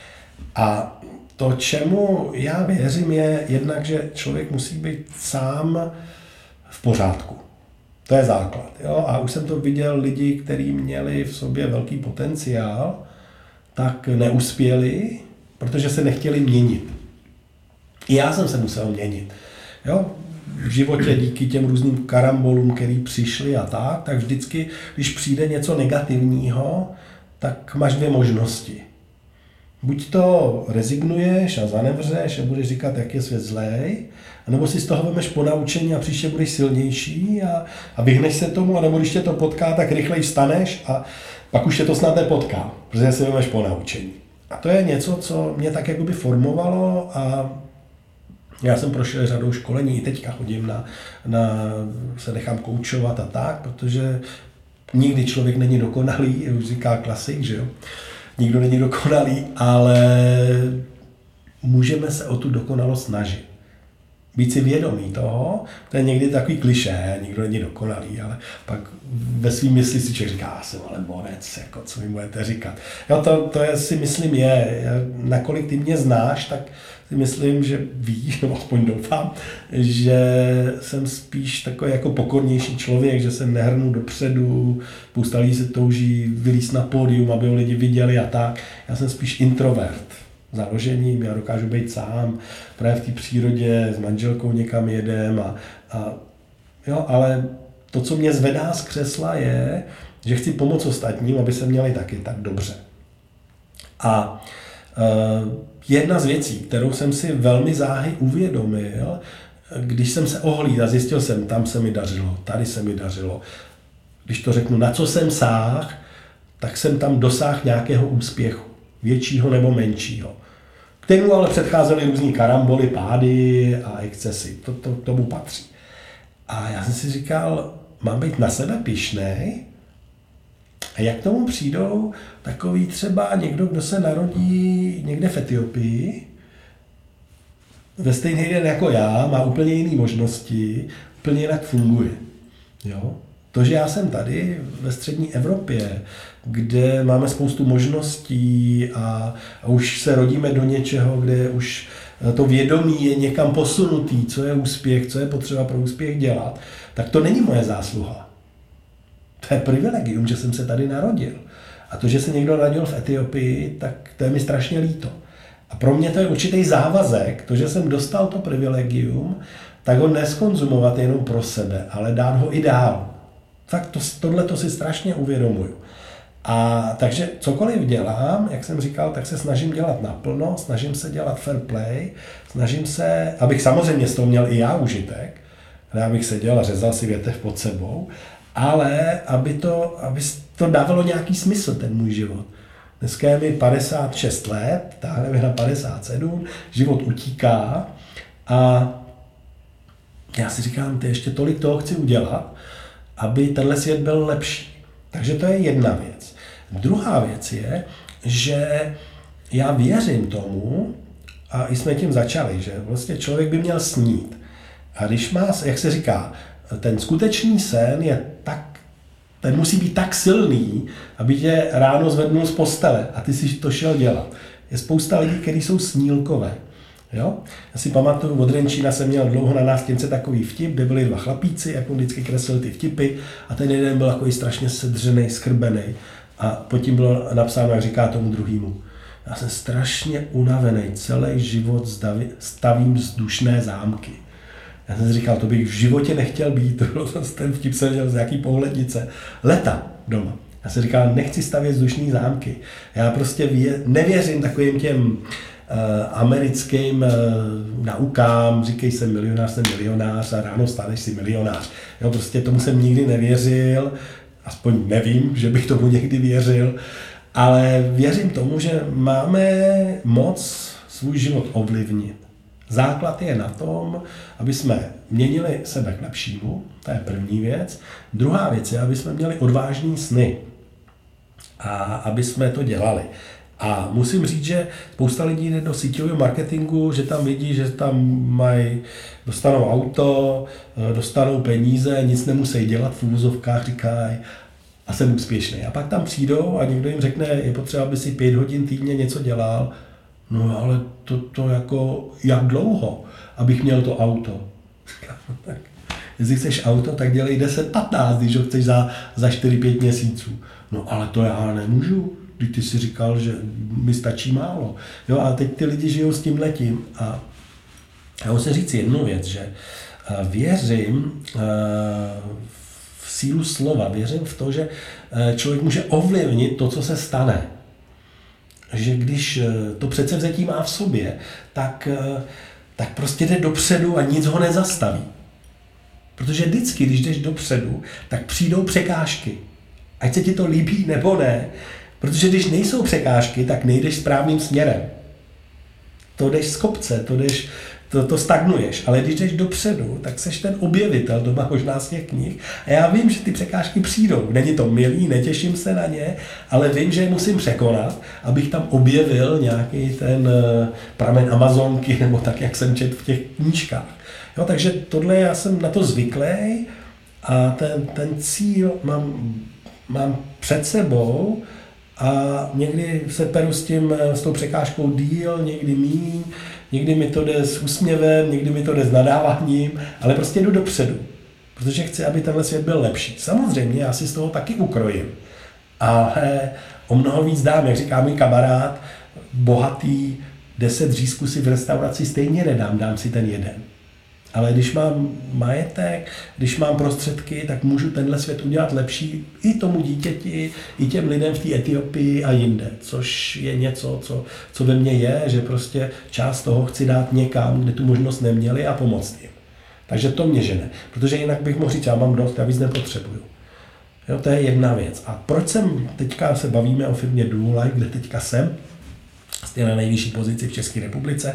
A to, čemu já věřím, je jednak, že člověk musí být sám v pořádku. To je základ. Jo? A už jsem to viděl lidi, kteří měli v sobě velký potenciál, tak neuspěli, protože se nechtěli měnit. I já jsem se musel měnit. Jo? V životě díky těm různým karambolům, který přišli a tak vždycky, když přijde něco negativního, tak máš dvě možnosti. Buď to rezignuješ a zanevřeš a budeš říkat, jak je svět zlej, anebo si z toho vemeš ponaučení a příště budeš silnější a vyhneš se tomu, anebo když tě to potká, tak rychleji vstaneš a pak už tě to snad nepotká, protože si vemeš ponaučení. A to je něco, co mě tak jakoby formovalo a já jsem prošel řadou školení, i teďka chodím se nechám koučovat a tak, protože nikdy člověk není dokonalý, už říká klasik, že jo. Nikdo není dokonalý, ale můžeme se o tu dokonalost snažit. Být si vědomí toho, to je někdy takový klišé, nikdo není dokonalý, ale pak ve svým mysli si člověk říká, já jsem ale borec, jako, co mi budete říkat. Jo, to si myslím je, nakolik ty mě znáš, tak si myslím, že víš, nebo aspoň doufám, že jsem spíš takový jako pokornější člověk, že se nehrnu dopředu, spousta lidí se touží vylízt na pódium, aby ho lidi viděli a tak. Já jsem spíš introvert založením, já dokážu být sám, právě v té přírodě s manželkou někam jedem jo, ale to, co mě zvedá z křesla je, že chci pomoct ostatním, aby se měli taky tak dobře. A jedna z věcí, kterou jsem si velmi záhy uvědomil, když jsem se ohlídl a zjistil jsem, tam se mi dařilo, tady se mi dařilo. Když to řeknu, na co jsem sáhl, tak jsem tam dosáhl nějakého úspěchu, většího nebo menšího. Kterému ale předcházely různý karamboly, pády a excesy. To tomu patří. A já jsem si říkal, mám být na sebe pyšnej. A jak k tomu přijdou takový třeba někdo, kdo se narodí někde v Etiopii, ve stejný den jako já, má úplně jiné možnosti, úplně jinak funguje. Jo? To, že já jsem tady ve střední Evropě, kde máme spoustu možností a už se rodíme do něčeho, kde už to vědomí je někam posunutý, co je úspěch, co je potřeba pro úspěch dělat, tak to není moje zásluha. To je privilegium, že jsem se tady narodil. A to, že se někdo narodil v Etiopii, tak to je mi strašně líto. A pro mě to je určitý závazek, to, že jsem dostal to privilegium, tak ho neskonzumovat jenom pro sebe, ale dát ho i dál. Tak tohle to si strašně uvědomuju. A takže cokoliv dělám, jak jsem říkal, tak se snažím dělat naplno, snažím se dělat fair play, snažím se, abych samozřejmě z toho měl i já užitek, ne abych seděl a řezal si větev pod sebou, ale aby to dávalo nějaký smysl, ten můj život. Dneska je mi 56 let, táhne mi na 57, život utíká a já si říkám, ty ještě tolik toho chci udělat, aby tenhle svět byl lepší. Takže to je jedna věc. Druhá věc je, že já věřím tomu, a i jsme tím začali, že vlastně člověk by měl snít. A když má, jak se říká, ten skutečný sen je tak, ten musí být tak silný, aby tě ráno zvednul z postele a ty si to šel dělat. Je spousta lidí, kteří jsou snílkové. Jo? Já si pamatuju, od Renčína jsem měl dlouho na nástěnce takový vtip, kde byli dva chlapíci, jak on vždycky kreslil ty vtipy a ten jeden byl takový strašně sedřenej, skrbenej a pod tím bylo napsáno, jak říká tomu druhému. Já jsem strašně unavený, celý život stavím vzdušné zámky. Já jsem si říkal, to bych v životě nechtěl být, ten vtip jsem měl z nějaký pohlednice. Leta doma. Já jsem říkal, nechci stavět vzdušné zámky. Já prostě nevěřím takovým těm americkým naukám, říkej jsem milionář a ráno staneš si milionář. Jo, prostě tomu jsem nikdy nevěřil, aspoň nevím, že bych tomu někdy věřil, ale věřím tomu, že máme moc svůj život ovlivnit. Základ je na tom, aby jsme měnili sebe k lepšímu, to je první věc. Druhá věc je, aby jsme měli odvážný sny a aby jsme to dělali. A musím říct, že spousta lidí jde do síťového marketingu, že tam vidí, že tam dostanou auto, dostanou peníze, nic nemusí dělat, v úvozovkách říkají a jsem úspěšný. A pak tam přijdou a někdo jim řekne, je potřeba, aby si 5 hodin týdně něco dělal. No ale to jako, jak dlouho, abych měl to auto? Tak, jestli chceš auto, tak dělej 10-15, když ho chceš za 4-5 měsíců. No ale to já nemůžu, když ty si říkal, že mi stačí málo. Jo, a teď ty lidi žijou s tímhletím. A já musím říct jednu věc, že věřím v sílu slova, věřím v to, že člověk může ovlivnit to, co se stane. Že když to předsevzetí má v sobě, tak prostě jde dopředu a nic ho nezastaví. Protože vždycky, když jdeš dopředu, tak přijdou překážky. Ať se ti to líbí nebo ne. Protože když nejsou překážky, tak nejdeš správným směrem. To jdeš z kopce, to stagnuješ. Ale když jdeš dopředu, tak seš ten objevitel, to má možná z těch knih. A já vím, že ty překážky přijdou. Není to milý, netěším se na ně, ale vím, že je musím překonat, abych tam objevil nějaký ten pramen Amazonky, nebo tak, jak jsem četl v těch knížkách. Jo, takže tohle já jsem na to zvyklý a ten cíl mám před sebou a někdy se peru s tou překážkou díl, někdy míň, někdy mi to jde s úsměvem, někdy mi to jde s nadáváním, ale prostě jdu dopředu, protože chci, aby tenhle svět byl lepší. Samozřejmě já si z toho taky ukrojím, ale o mnoho víc dám, jak říká můj kamarád, bohatý 10 řízků si v restauraci stejně nedám, dám si ten jeden. Ale když mám majetek, když mám prostředky, tak můžu tenhle svět udělat lepší i tomu dítěti, i těm lidem v té Etiopii a jinde. Což je něco, co ve mně je, že prostě část toho chci dát někam, kde tu možnost neměli a pomoct jim. Takže to mě žene. Protože jinak bych mohl říct, já mám dost, já víc nepotřebuju. Jo, to je jedna věc. A proč teďka se bavíme o firmě Duolife, kde teďka jsem, jste na nejvyšší pozici v České republice.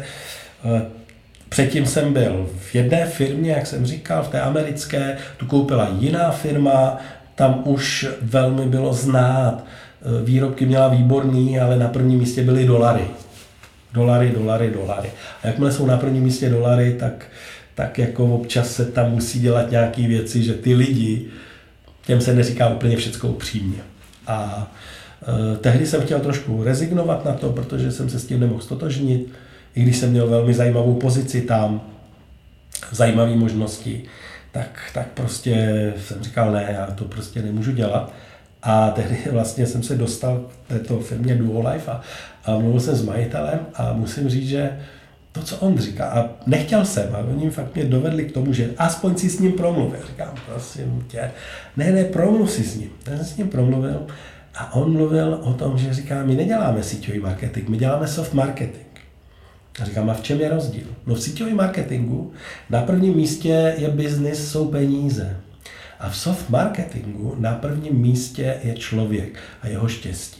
Předtím jsem byl v jedné firmě, jak jsem říkal, v té americké, tu koupila jiná firma, tam už velmi bylo znát, výrobky měla výborný, ale na prvním místě byly dolary. Dolary. A jakmile jsou na prvním místě dolary, tak jako občas se tam musí dělat nějaké věci, že ty lidi, těm se neříká úplně všecko upřímně. A tehdy jsem chtěl trošku rezignovat na to, protože jsem se s tím nemohl ztotožnit, i když jsem měl velmi zajímavou pozici tam, zajímavé možnosti, tak prostě jsem říkal, ne, já to prostě nemůžu dělat. A tehdy vlastně jsem se dostal k této firmě Duolife a mluvil jsem s majitelem a musím říct, že to, co on říká, a nechtěl jsem, a oni fakt mě dovedli k tomu, že aspoň si s ním promluvil. Říkám, prosím tě, ne, promluv si s ním. Já jsem s ním promluvil a on mluvil o tom, že říká, my neděláme síťový marketing, my děláme soft marketing. A říkám, a v čem je rozdíl? No v síťovém marketingu na prvním místě je biznis, jsou peníze. A v soft marketingu na prvním místě je člověk a jeho štěstí.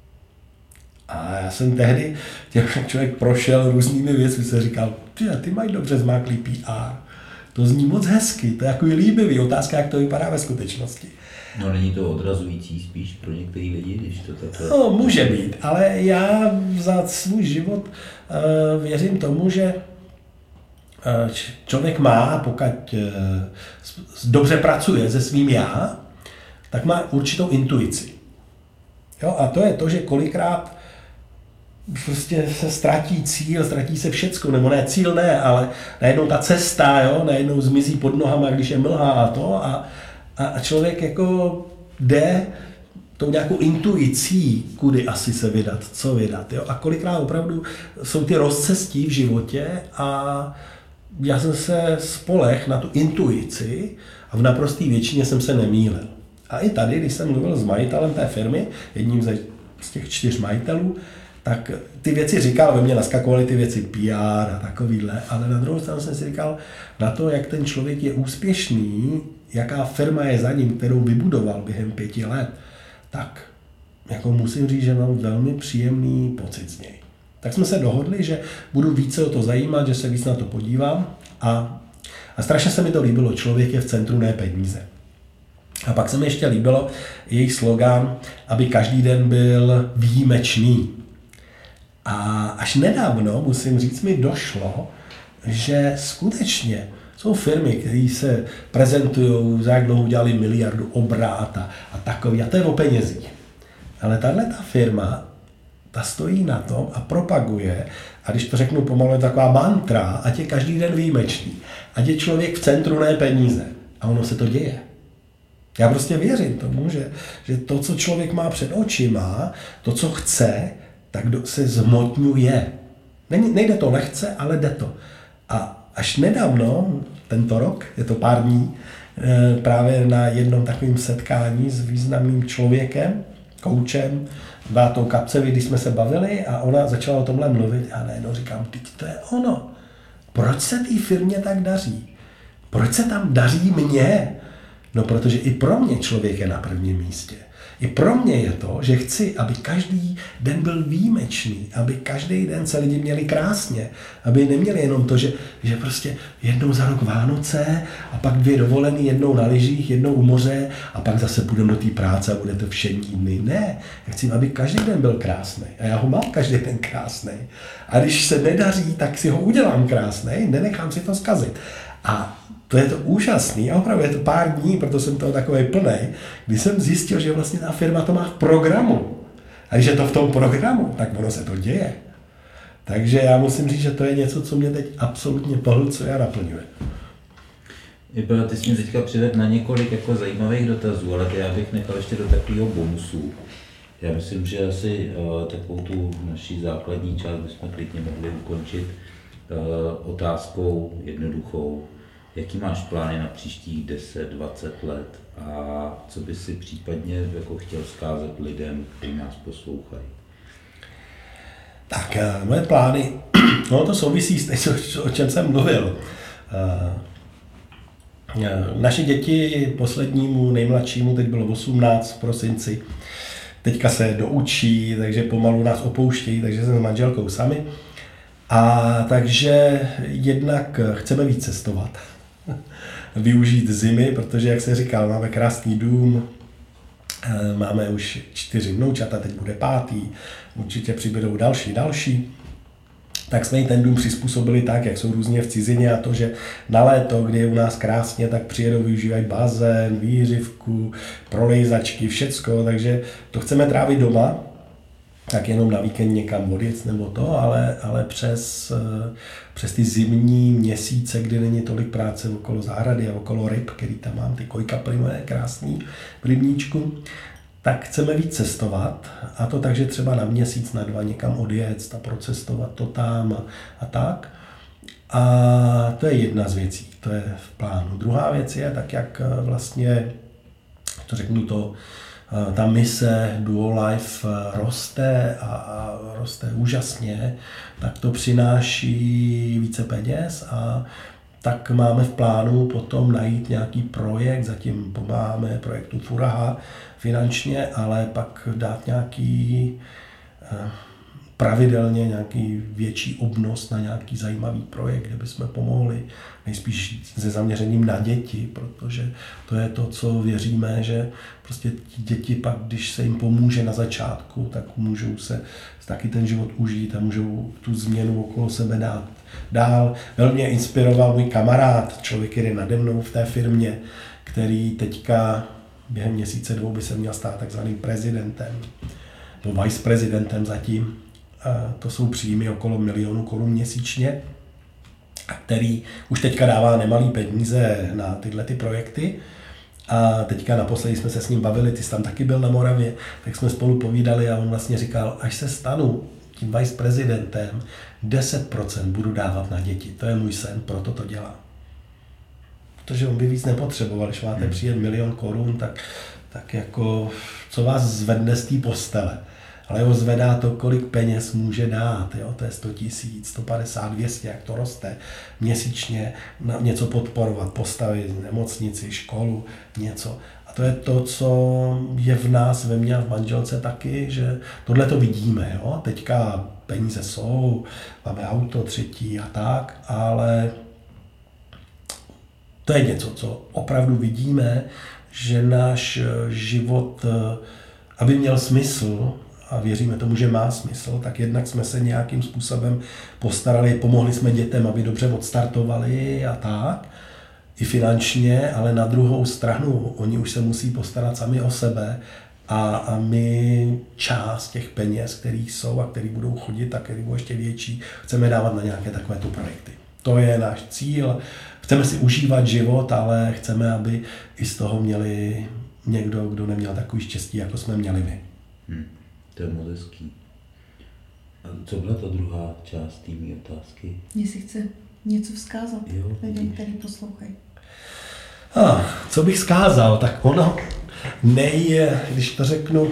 A já jsem tehdy, jak člověk prošel různými věcmi, se říkal, ty mají dobře zmáklý PR. To zní moc hezky, to je jako líbivý. Otázka, jak to vypadá ve skutečnosti. No není to odrazující spíš pro některý lidi, když to takhle... No, může být, ale já za svůj život věřím tomu, že člověk má, pokud dobře pracuje se svým já, tak má určitou intuici. Jo, a to je to, že kolikrát prostě se ztratí cíl, ztratí se všecko, nebo ne cíl ne, ale najednou ta cesta, jo, najednou zmizí pod nohama, když je mlha a to a člověk jako jde tou nějakou intuicí, kudy asi se vydat, co vydat. Jo? A kolikrát opravdu jsou ty rozcestí v životě a já jsem se spoleh na tu intuici a v naprosté většině jsem se nemýlil. A i tady, když jsem mluvil s majitelem té firmy, jedním z těch 4 majitelů, tak ty věci říkal, ve mně naskakovaly ty věci PR a takovýhle, ale na druhou stranu jsem si říkal, na to, jak ten člověk je úspěšný, jaká firma je za ním, kterou vybudoval během 5 let, tak jako musím říct, že mám velmi příjemný pocit z něj. Tak jsme se dohodli, že budu více o to zajímat, že se víc na to podívám a strašně se mi to líbilo, člověk je v centru, ne peníze. A pak se mi ještě líbilo jejich slogan, aby každý den byl výjimečný. A až nedávno, musím říct, mi došlo, že skutečně jsou firmy, které se prezentují, za jak dlouho udělali miliardu obrat a takový, a to je o penězích. Ale tahle ta firma, ta stojí na tom a propaguje, a když to řeknu pomalu, je taková mantra, ať je každý den výjimečný, ať je člověk v centru, ne peníze. A ono se to děje. Já prostě věřím tomu, že to, co člověk má před očima, to, co chce, tak se zhmotňuje. Nejde to lehce, ale jde to. A až nedávno, tento rok, je to pár dní, právě na jednom takovém setkání s významným člověkem, koučem, Beatou Kapcevi, když jsme se bavili a ona začala o tomhle mluvit a najednou říkám, teď to je ono. Proč se té firmě tak daří? Proč se tam daří mně? No, protože i pro mě člověk je na prvním místě. I pro mě je to, že chci, aby každý den byl výjimečný, aby každý den se lidi měli krásně, aby neměli jenom to, že prostě jednou za rok Vánoce a pak 2 dovolený, jednou na lyžích, jednou u moře a pak zase půjdeme do té práce a bude to všední dny. Ne, já chci, aby každý den byl krásný a já ho mám každý den krásný. A když se nedaří, tak si ho udělám krásný, nenechám si to zkazit. A to je to úžasný a opravdu je to pár dní, proto jsem toho takovej plnej, kdy jsem zjistil, že vlastně ta firma to má v programu. A když je to v tom programu, tak ono se to děje. Takže já musím říct, že to je něco, co mě teď absolutně pohlcuje a naplňuje. Ty jsi mě teďka přivedl na několik jako zajímavých dotazů, ale já bych nechal ještě do takového bonusu. Já myslím, že asi takovou tu naší základní část bychom klidně mohli ukončit otázkou jednoduchou. Jaký máš plány na příštích 10-20 let a co by si případně jako chtěl vzkázat lidem, kteří nás poslouchají? Tak moje plány, no to souvisí s tím, o čem jsem mluvil. Naše děti, poslednímu, nejmladšímu, teď bylo 18 v prosinci, teďka se doučí, takže pomalu nás opouštějí, takže jsme s manželkou sami. A takže jednak chceme víc cestovat, využít zimy, protože, jak se říkal, máme krásný dům, máme už 4 vnoučata, teď bude 5, určitě přibydou další. Tak jsme i ten dům přizpůsobili tak, jak jsou různě v cizině a to, že na léto, kdy je u nás krásně, tak přijedou, využívají bazén, výřivku, prolejzačky, všecko, takže to chceme trávit doma, tak jenom na víkend někam odjet nebo to, ale přes ty zimní měsíce, kdy není tolik práce okolo zahrady a okolo ryb, který tam mám, ty kojkaply moje krásný v rybníčku, tak chceme víc cestovat a to takže třeba na měsíc, na 2 někam odjet a procestovat to tam a tak. A to je jedna z věcí, to je v plánu. Druhá věc je, tak jak vlastně, to řeknu to, ta mise Duo Life roste a roste úžasně, tak to přináší více peněz a tak máme v plánu potom najít nějaký projekt, zatím pomáháme projektu Furaha finančně, ale pak dát nějaký pravidelně nějaký větší obnos na nějaký zajímavý projekt, kde bychom pomohli nejspíš se zaměřením na děti, protože to je to, co věříme, že prostě děti pak, když se jim pomůže na začátku, tak můžou se taky ten život užít a můžou tu změnu okolo sebe dát dál. Velmi mě inspiroval můj kamarád, člověk, který je nade mnou v té firmě, který teďka během měsíce 2 by se měl stát takzvaným prezidentem, nebo viceprezidentem zatím. To jsou příjmy okolo 1 000 000 korun měsíčně, který už teďka dává nemalý peníze na tyhle ty projekty. A teďka naposledy jsme se s ním bavili, ty jsi tam taky byl na Moravě, tak jsme spolu povídali a on vlastně říkal, až se stanu tím viceprezidentem, 10% budu dávat na děti. To je můj sen, proto to dělám. Protože on by víc nepotřeboval, když máte příjem 1 000 000 korun, tak jako co vás zvedne z té postele. ale ho zvedá to, kolik peněz může dát. Jo? To je 100 000, 150, 200, jak to roste měsíčně, na něco podporovat, postavit nemocnici, školu, něco. A to je to, co je v nás, ve mně a v manželce taky, že tohle to vidíme. Jo? Teďka peníze jsou, máme auto třetí a tak, ale to je něco, co opravdu vidíme, že náš život, aby měl smysl, a věříme tomu, že má smysl, tak jednak jsme se nějakým způsobem postarali, pomohli jsme dětem, aby dobře odstartovali a tak, i finančně, ale na druhou stranu, oni už se musí postarat sami o sebe a my část těch peněz, které jsou a které budou chodit a které budou ještě větší, chceme dávat na nějaké takovéto projekty. To je náš cíl. Chceme si užívat život, ale chceme, aby i z toho měli někdo, kdo neměl takový štěstí, jako jsme měli my. To je moc hezký. A co byla ta druhá část té mý otázky? Jestli chce něco vzkázat lidem, který poslouchají. Co bych vzkázal, tak ono když to řeknu,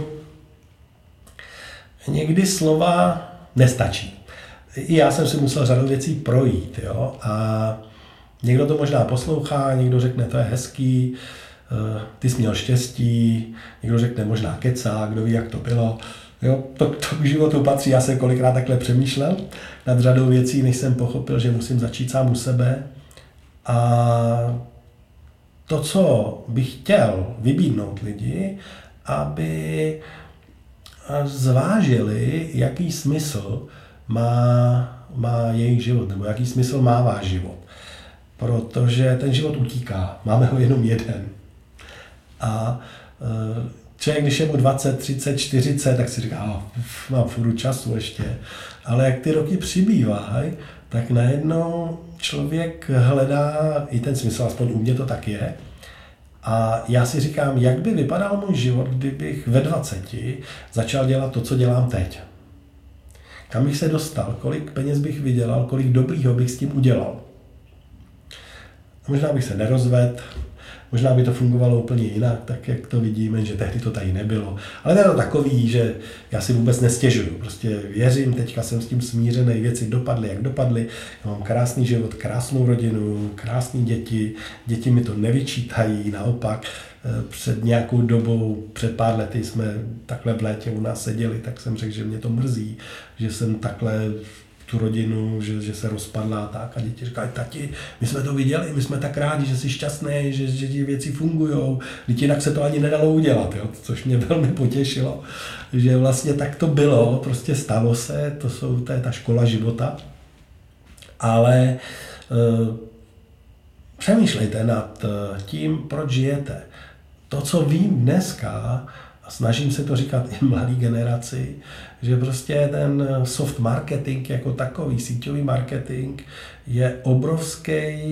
někdy slova nestačí. I já jsem si musel řadu věcí projít, jo, a někdo to možná poslouchá, někdo řekne, to je hezký, ty jsi měl štěstí, někdo řekne, možná kecá, kdo ví, jak to bylo. Jo, to k životu patří, já jsem kolikrát takhle přemýšlel nad řadou věcí, než jsem pochopil, že musím začít sám u sebe. A to, co bych chtěl vybídnout lidi, aby zvážili, jaký smysl má jejich život, nebo jaký smysl má váš život. Protože ten život utíká, máme ho jenom jeden. A člověk, když je mu 20, 30, 40, tak si říká, mám furt času ještě. Ale jak ty roky přibývají, tak najednou člověk hledá i ten smysl, aspoň u mě to tak je. A já si říkám, jak by vypadal můj život, kdybych ve 20 začal dělat to, co dělám teď. Kam bych se dostal, kolik peněz bych vydělal, kolik dobrýho bych s tím udělal. Možná bych se nerozvedl, možná by to fungovalo úplně jinak, tak jak to vidíme, že tehdy to tady nebylo. Ale to je to takový, že já si vůbec nestěžuju. Prostě věřím, teďka jsem s tím smířený, věci dopadly, jak dopadly. Já mám krásný život, krásnou rodinu, krásný děti. Děti mi to nevyčítají, naopak. Před nějakou dobou, před pár lety jsme takhle v létě u nás seděli, tak jsem řekl, že mě to mrzí, že jsem takhle tu rodinu, že se rozpadla a tak. A děti říkají, tati, my jsme to viděli, my jsme tak rádi, že jsi šťastný, že ty věci fungujou. Vždyť jinak se to ani nedalo udělat, jo? Což mě velmi potěšilo, že vlastně tak to bylo, prostě stalo se, to je ta škola života. Ale přemýšlejte nad tím, proč žijete. To, co vím dneska, a snažím se to říkat i mladé generaci, že prostě ten soft marketing jako takový, síťový marketing je obrovský,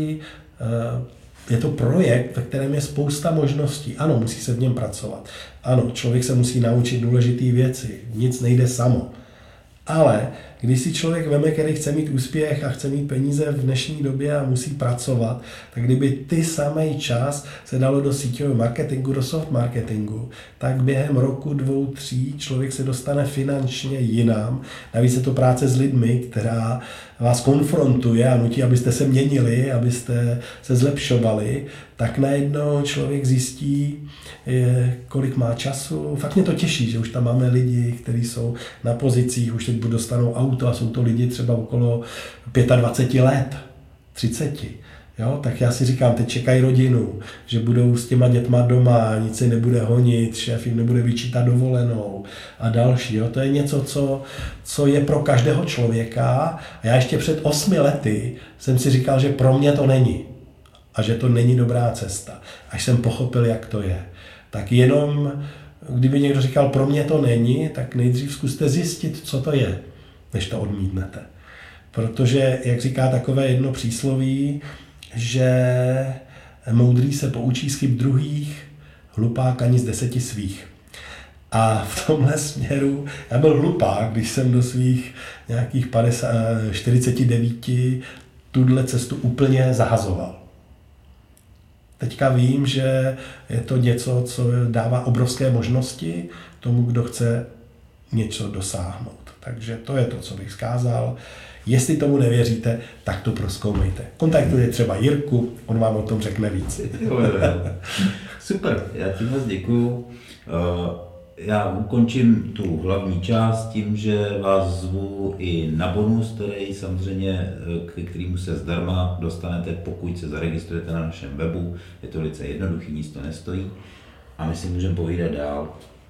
je to projekt, ve kterém je spousta možností. Ano, musí se v něm pracovat. Ano, člověk se musí naučit důležité věci, nic nejde samo. Ale když si člověk veme, který chce mít úspěch a chce mít peníze v dnešní době a musí pracovat, tak kdyby ty samý čas se dalo do síťového marketingu, do soft marketingu, tak během roku, 2, 3 člověk se dostane finančně jinam. Navíc je to práce s lidmi, která vás konfrontuje a nutí, abyste se měnili, abyste se zlepšovali, tak najednou člověk zjistí, kolik má času. Fakt mě to těší, že už tam máme lidi, kteří jsou na pozicích, už teď dostanou auto a jsou to lidi třeba okolo 25 let, 30. Jo? Tak já si říkám, teď čekají rodinu, že budou s těma dětma doma, nic se nebude honit, šéf jim nebude vyčítat dovolenou a další. Jo? To je něco, co je pro každého člověka. A já ještě před 8 lety jsem si říkal, že pro mě to není. A že to není dobrá cesta. Až jsem pochopil, jak to je. Tak jenom, kdyby někdo říkal, pro mě to není, tak nejdřív zkuste zjistit, co to je, než to odmítnete. Protože, jak říká takové jedno přísloví, že moudrý se poučí z chyb druhých, hlupák ani z 10 svých. A v tomhle směru já byl hlupák, když jsem do svých nějakých 49 tuhle cestu úplně zahazoval. Teďka vím, že je to něco, co dává obrovské možnosti tomu, kdo chce něco dosáhnout. Takže to je to, co bych vzkázal. Jestli tomu nevěříte, tak to prozkoumejte. Kontaktujte třeba Jirku, on vám o tom řekne víc. Super, já ti moc děkuju. Já ukončím tu hlavní část tím, že vás zvu i na bonus, který samozřejmě, k kterému se zdarma dostanete, pokud se zaregistrujete na našem webu. Je to velice jednoduchý, nic to nestojí. A my si můžeme povídat dál.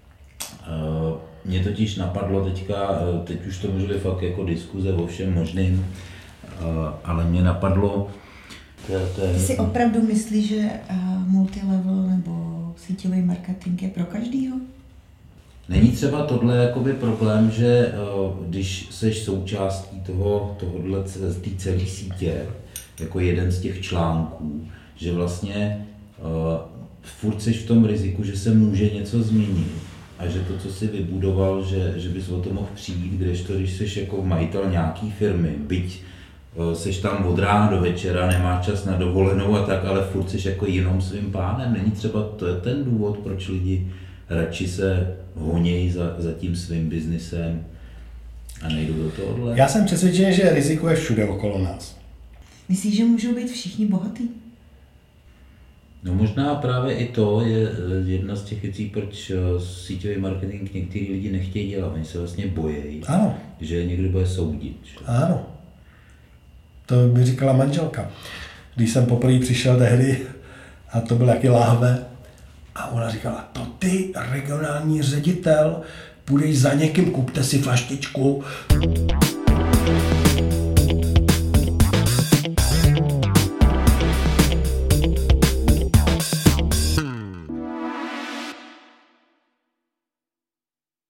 Mě totiž napadlo teď už to může být fakt jako diskuze o všem možným, ale mě napadlo... Ty si opravdu myslíš, že multilevel nebo síťový marketing je pro každýho? Není třeba tohle jakoby problém, že když seš součástí té celé sítě, jako jeden z těch článků, že vlastně furt seš v tom riziku, že se může něco změnit a že to, co jsi vybudoval, že bys o to mohl přijít, kdežto když seš jako majitel nějaký firmy, byť seš tam od rána do večera, nemáš čas na dovolenou a tak, ale furt seš jako jenom svým pánem. Není třeba to je ten důvod, proč lidi radši se honějí za tím svým biznisem a nejdou do tohohle? Já jsem přesvědčen, že riziko je všude okolo nás. Myslíš, že můžou být všichni bohatí? No možná právě i to je jedna z těch věcí, proč síťový marketing některý lidi nechtějí dělat. Oni se vlastně bojí, že někdo bude soudit. Že? Ano. To mi říkala manželka. Když jsem poprvé přišel tehdy, a to byl jaký láhve, a ona říkala, to ty, regionální ředitel, půjdeš za někým, kupte si flaštičku.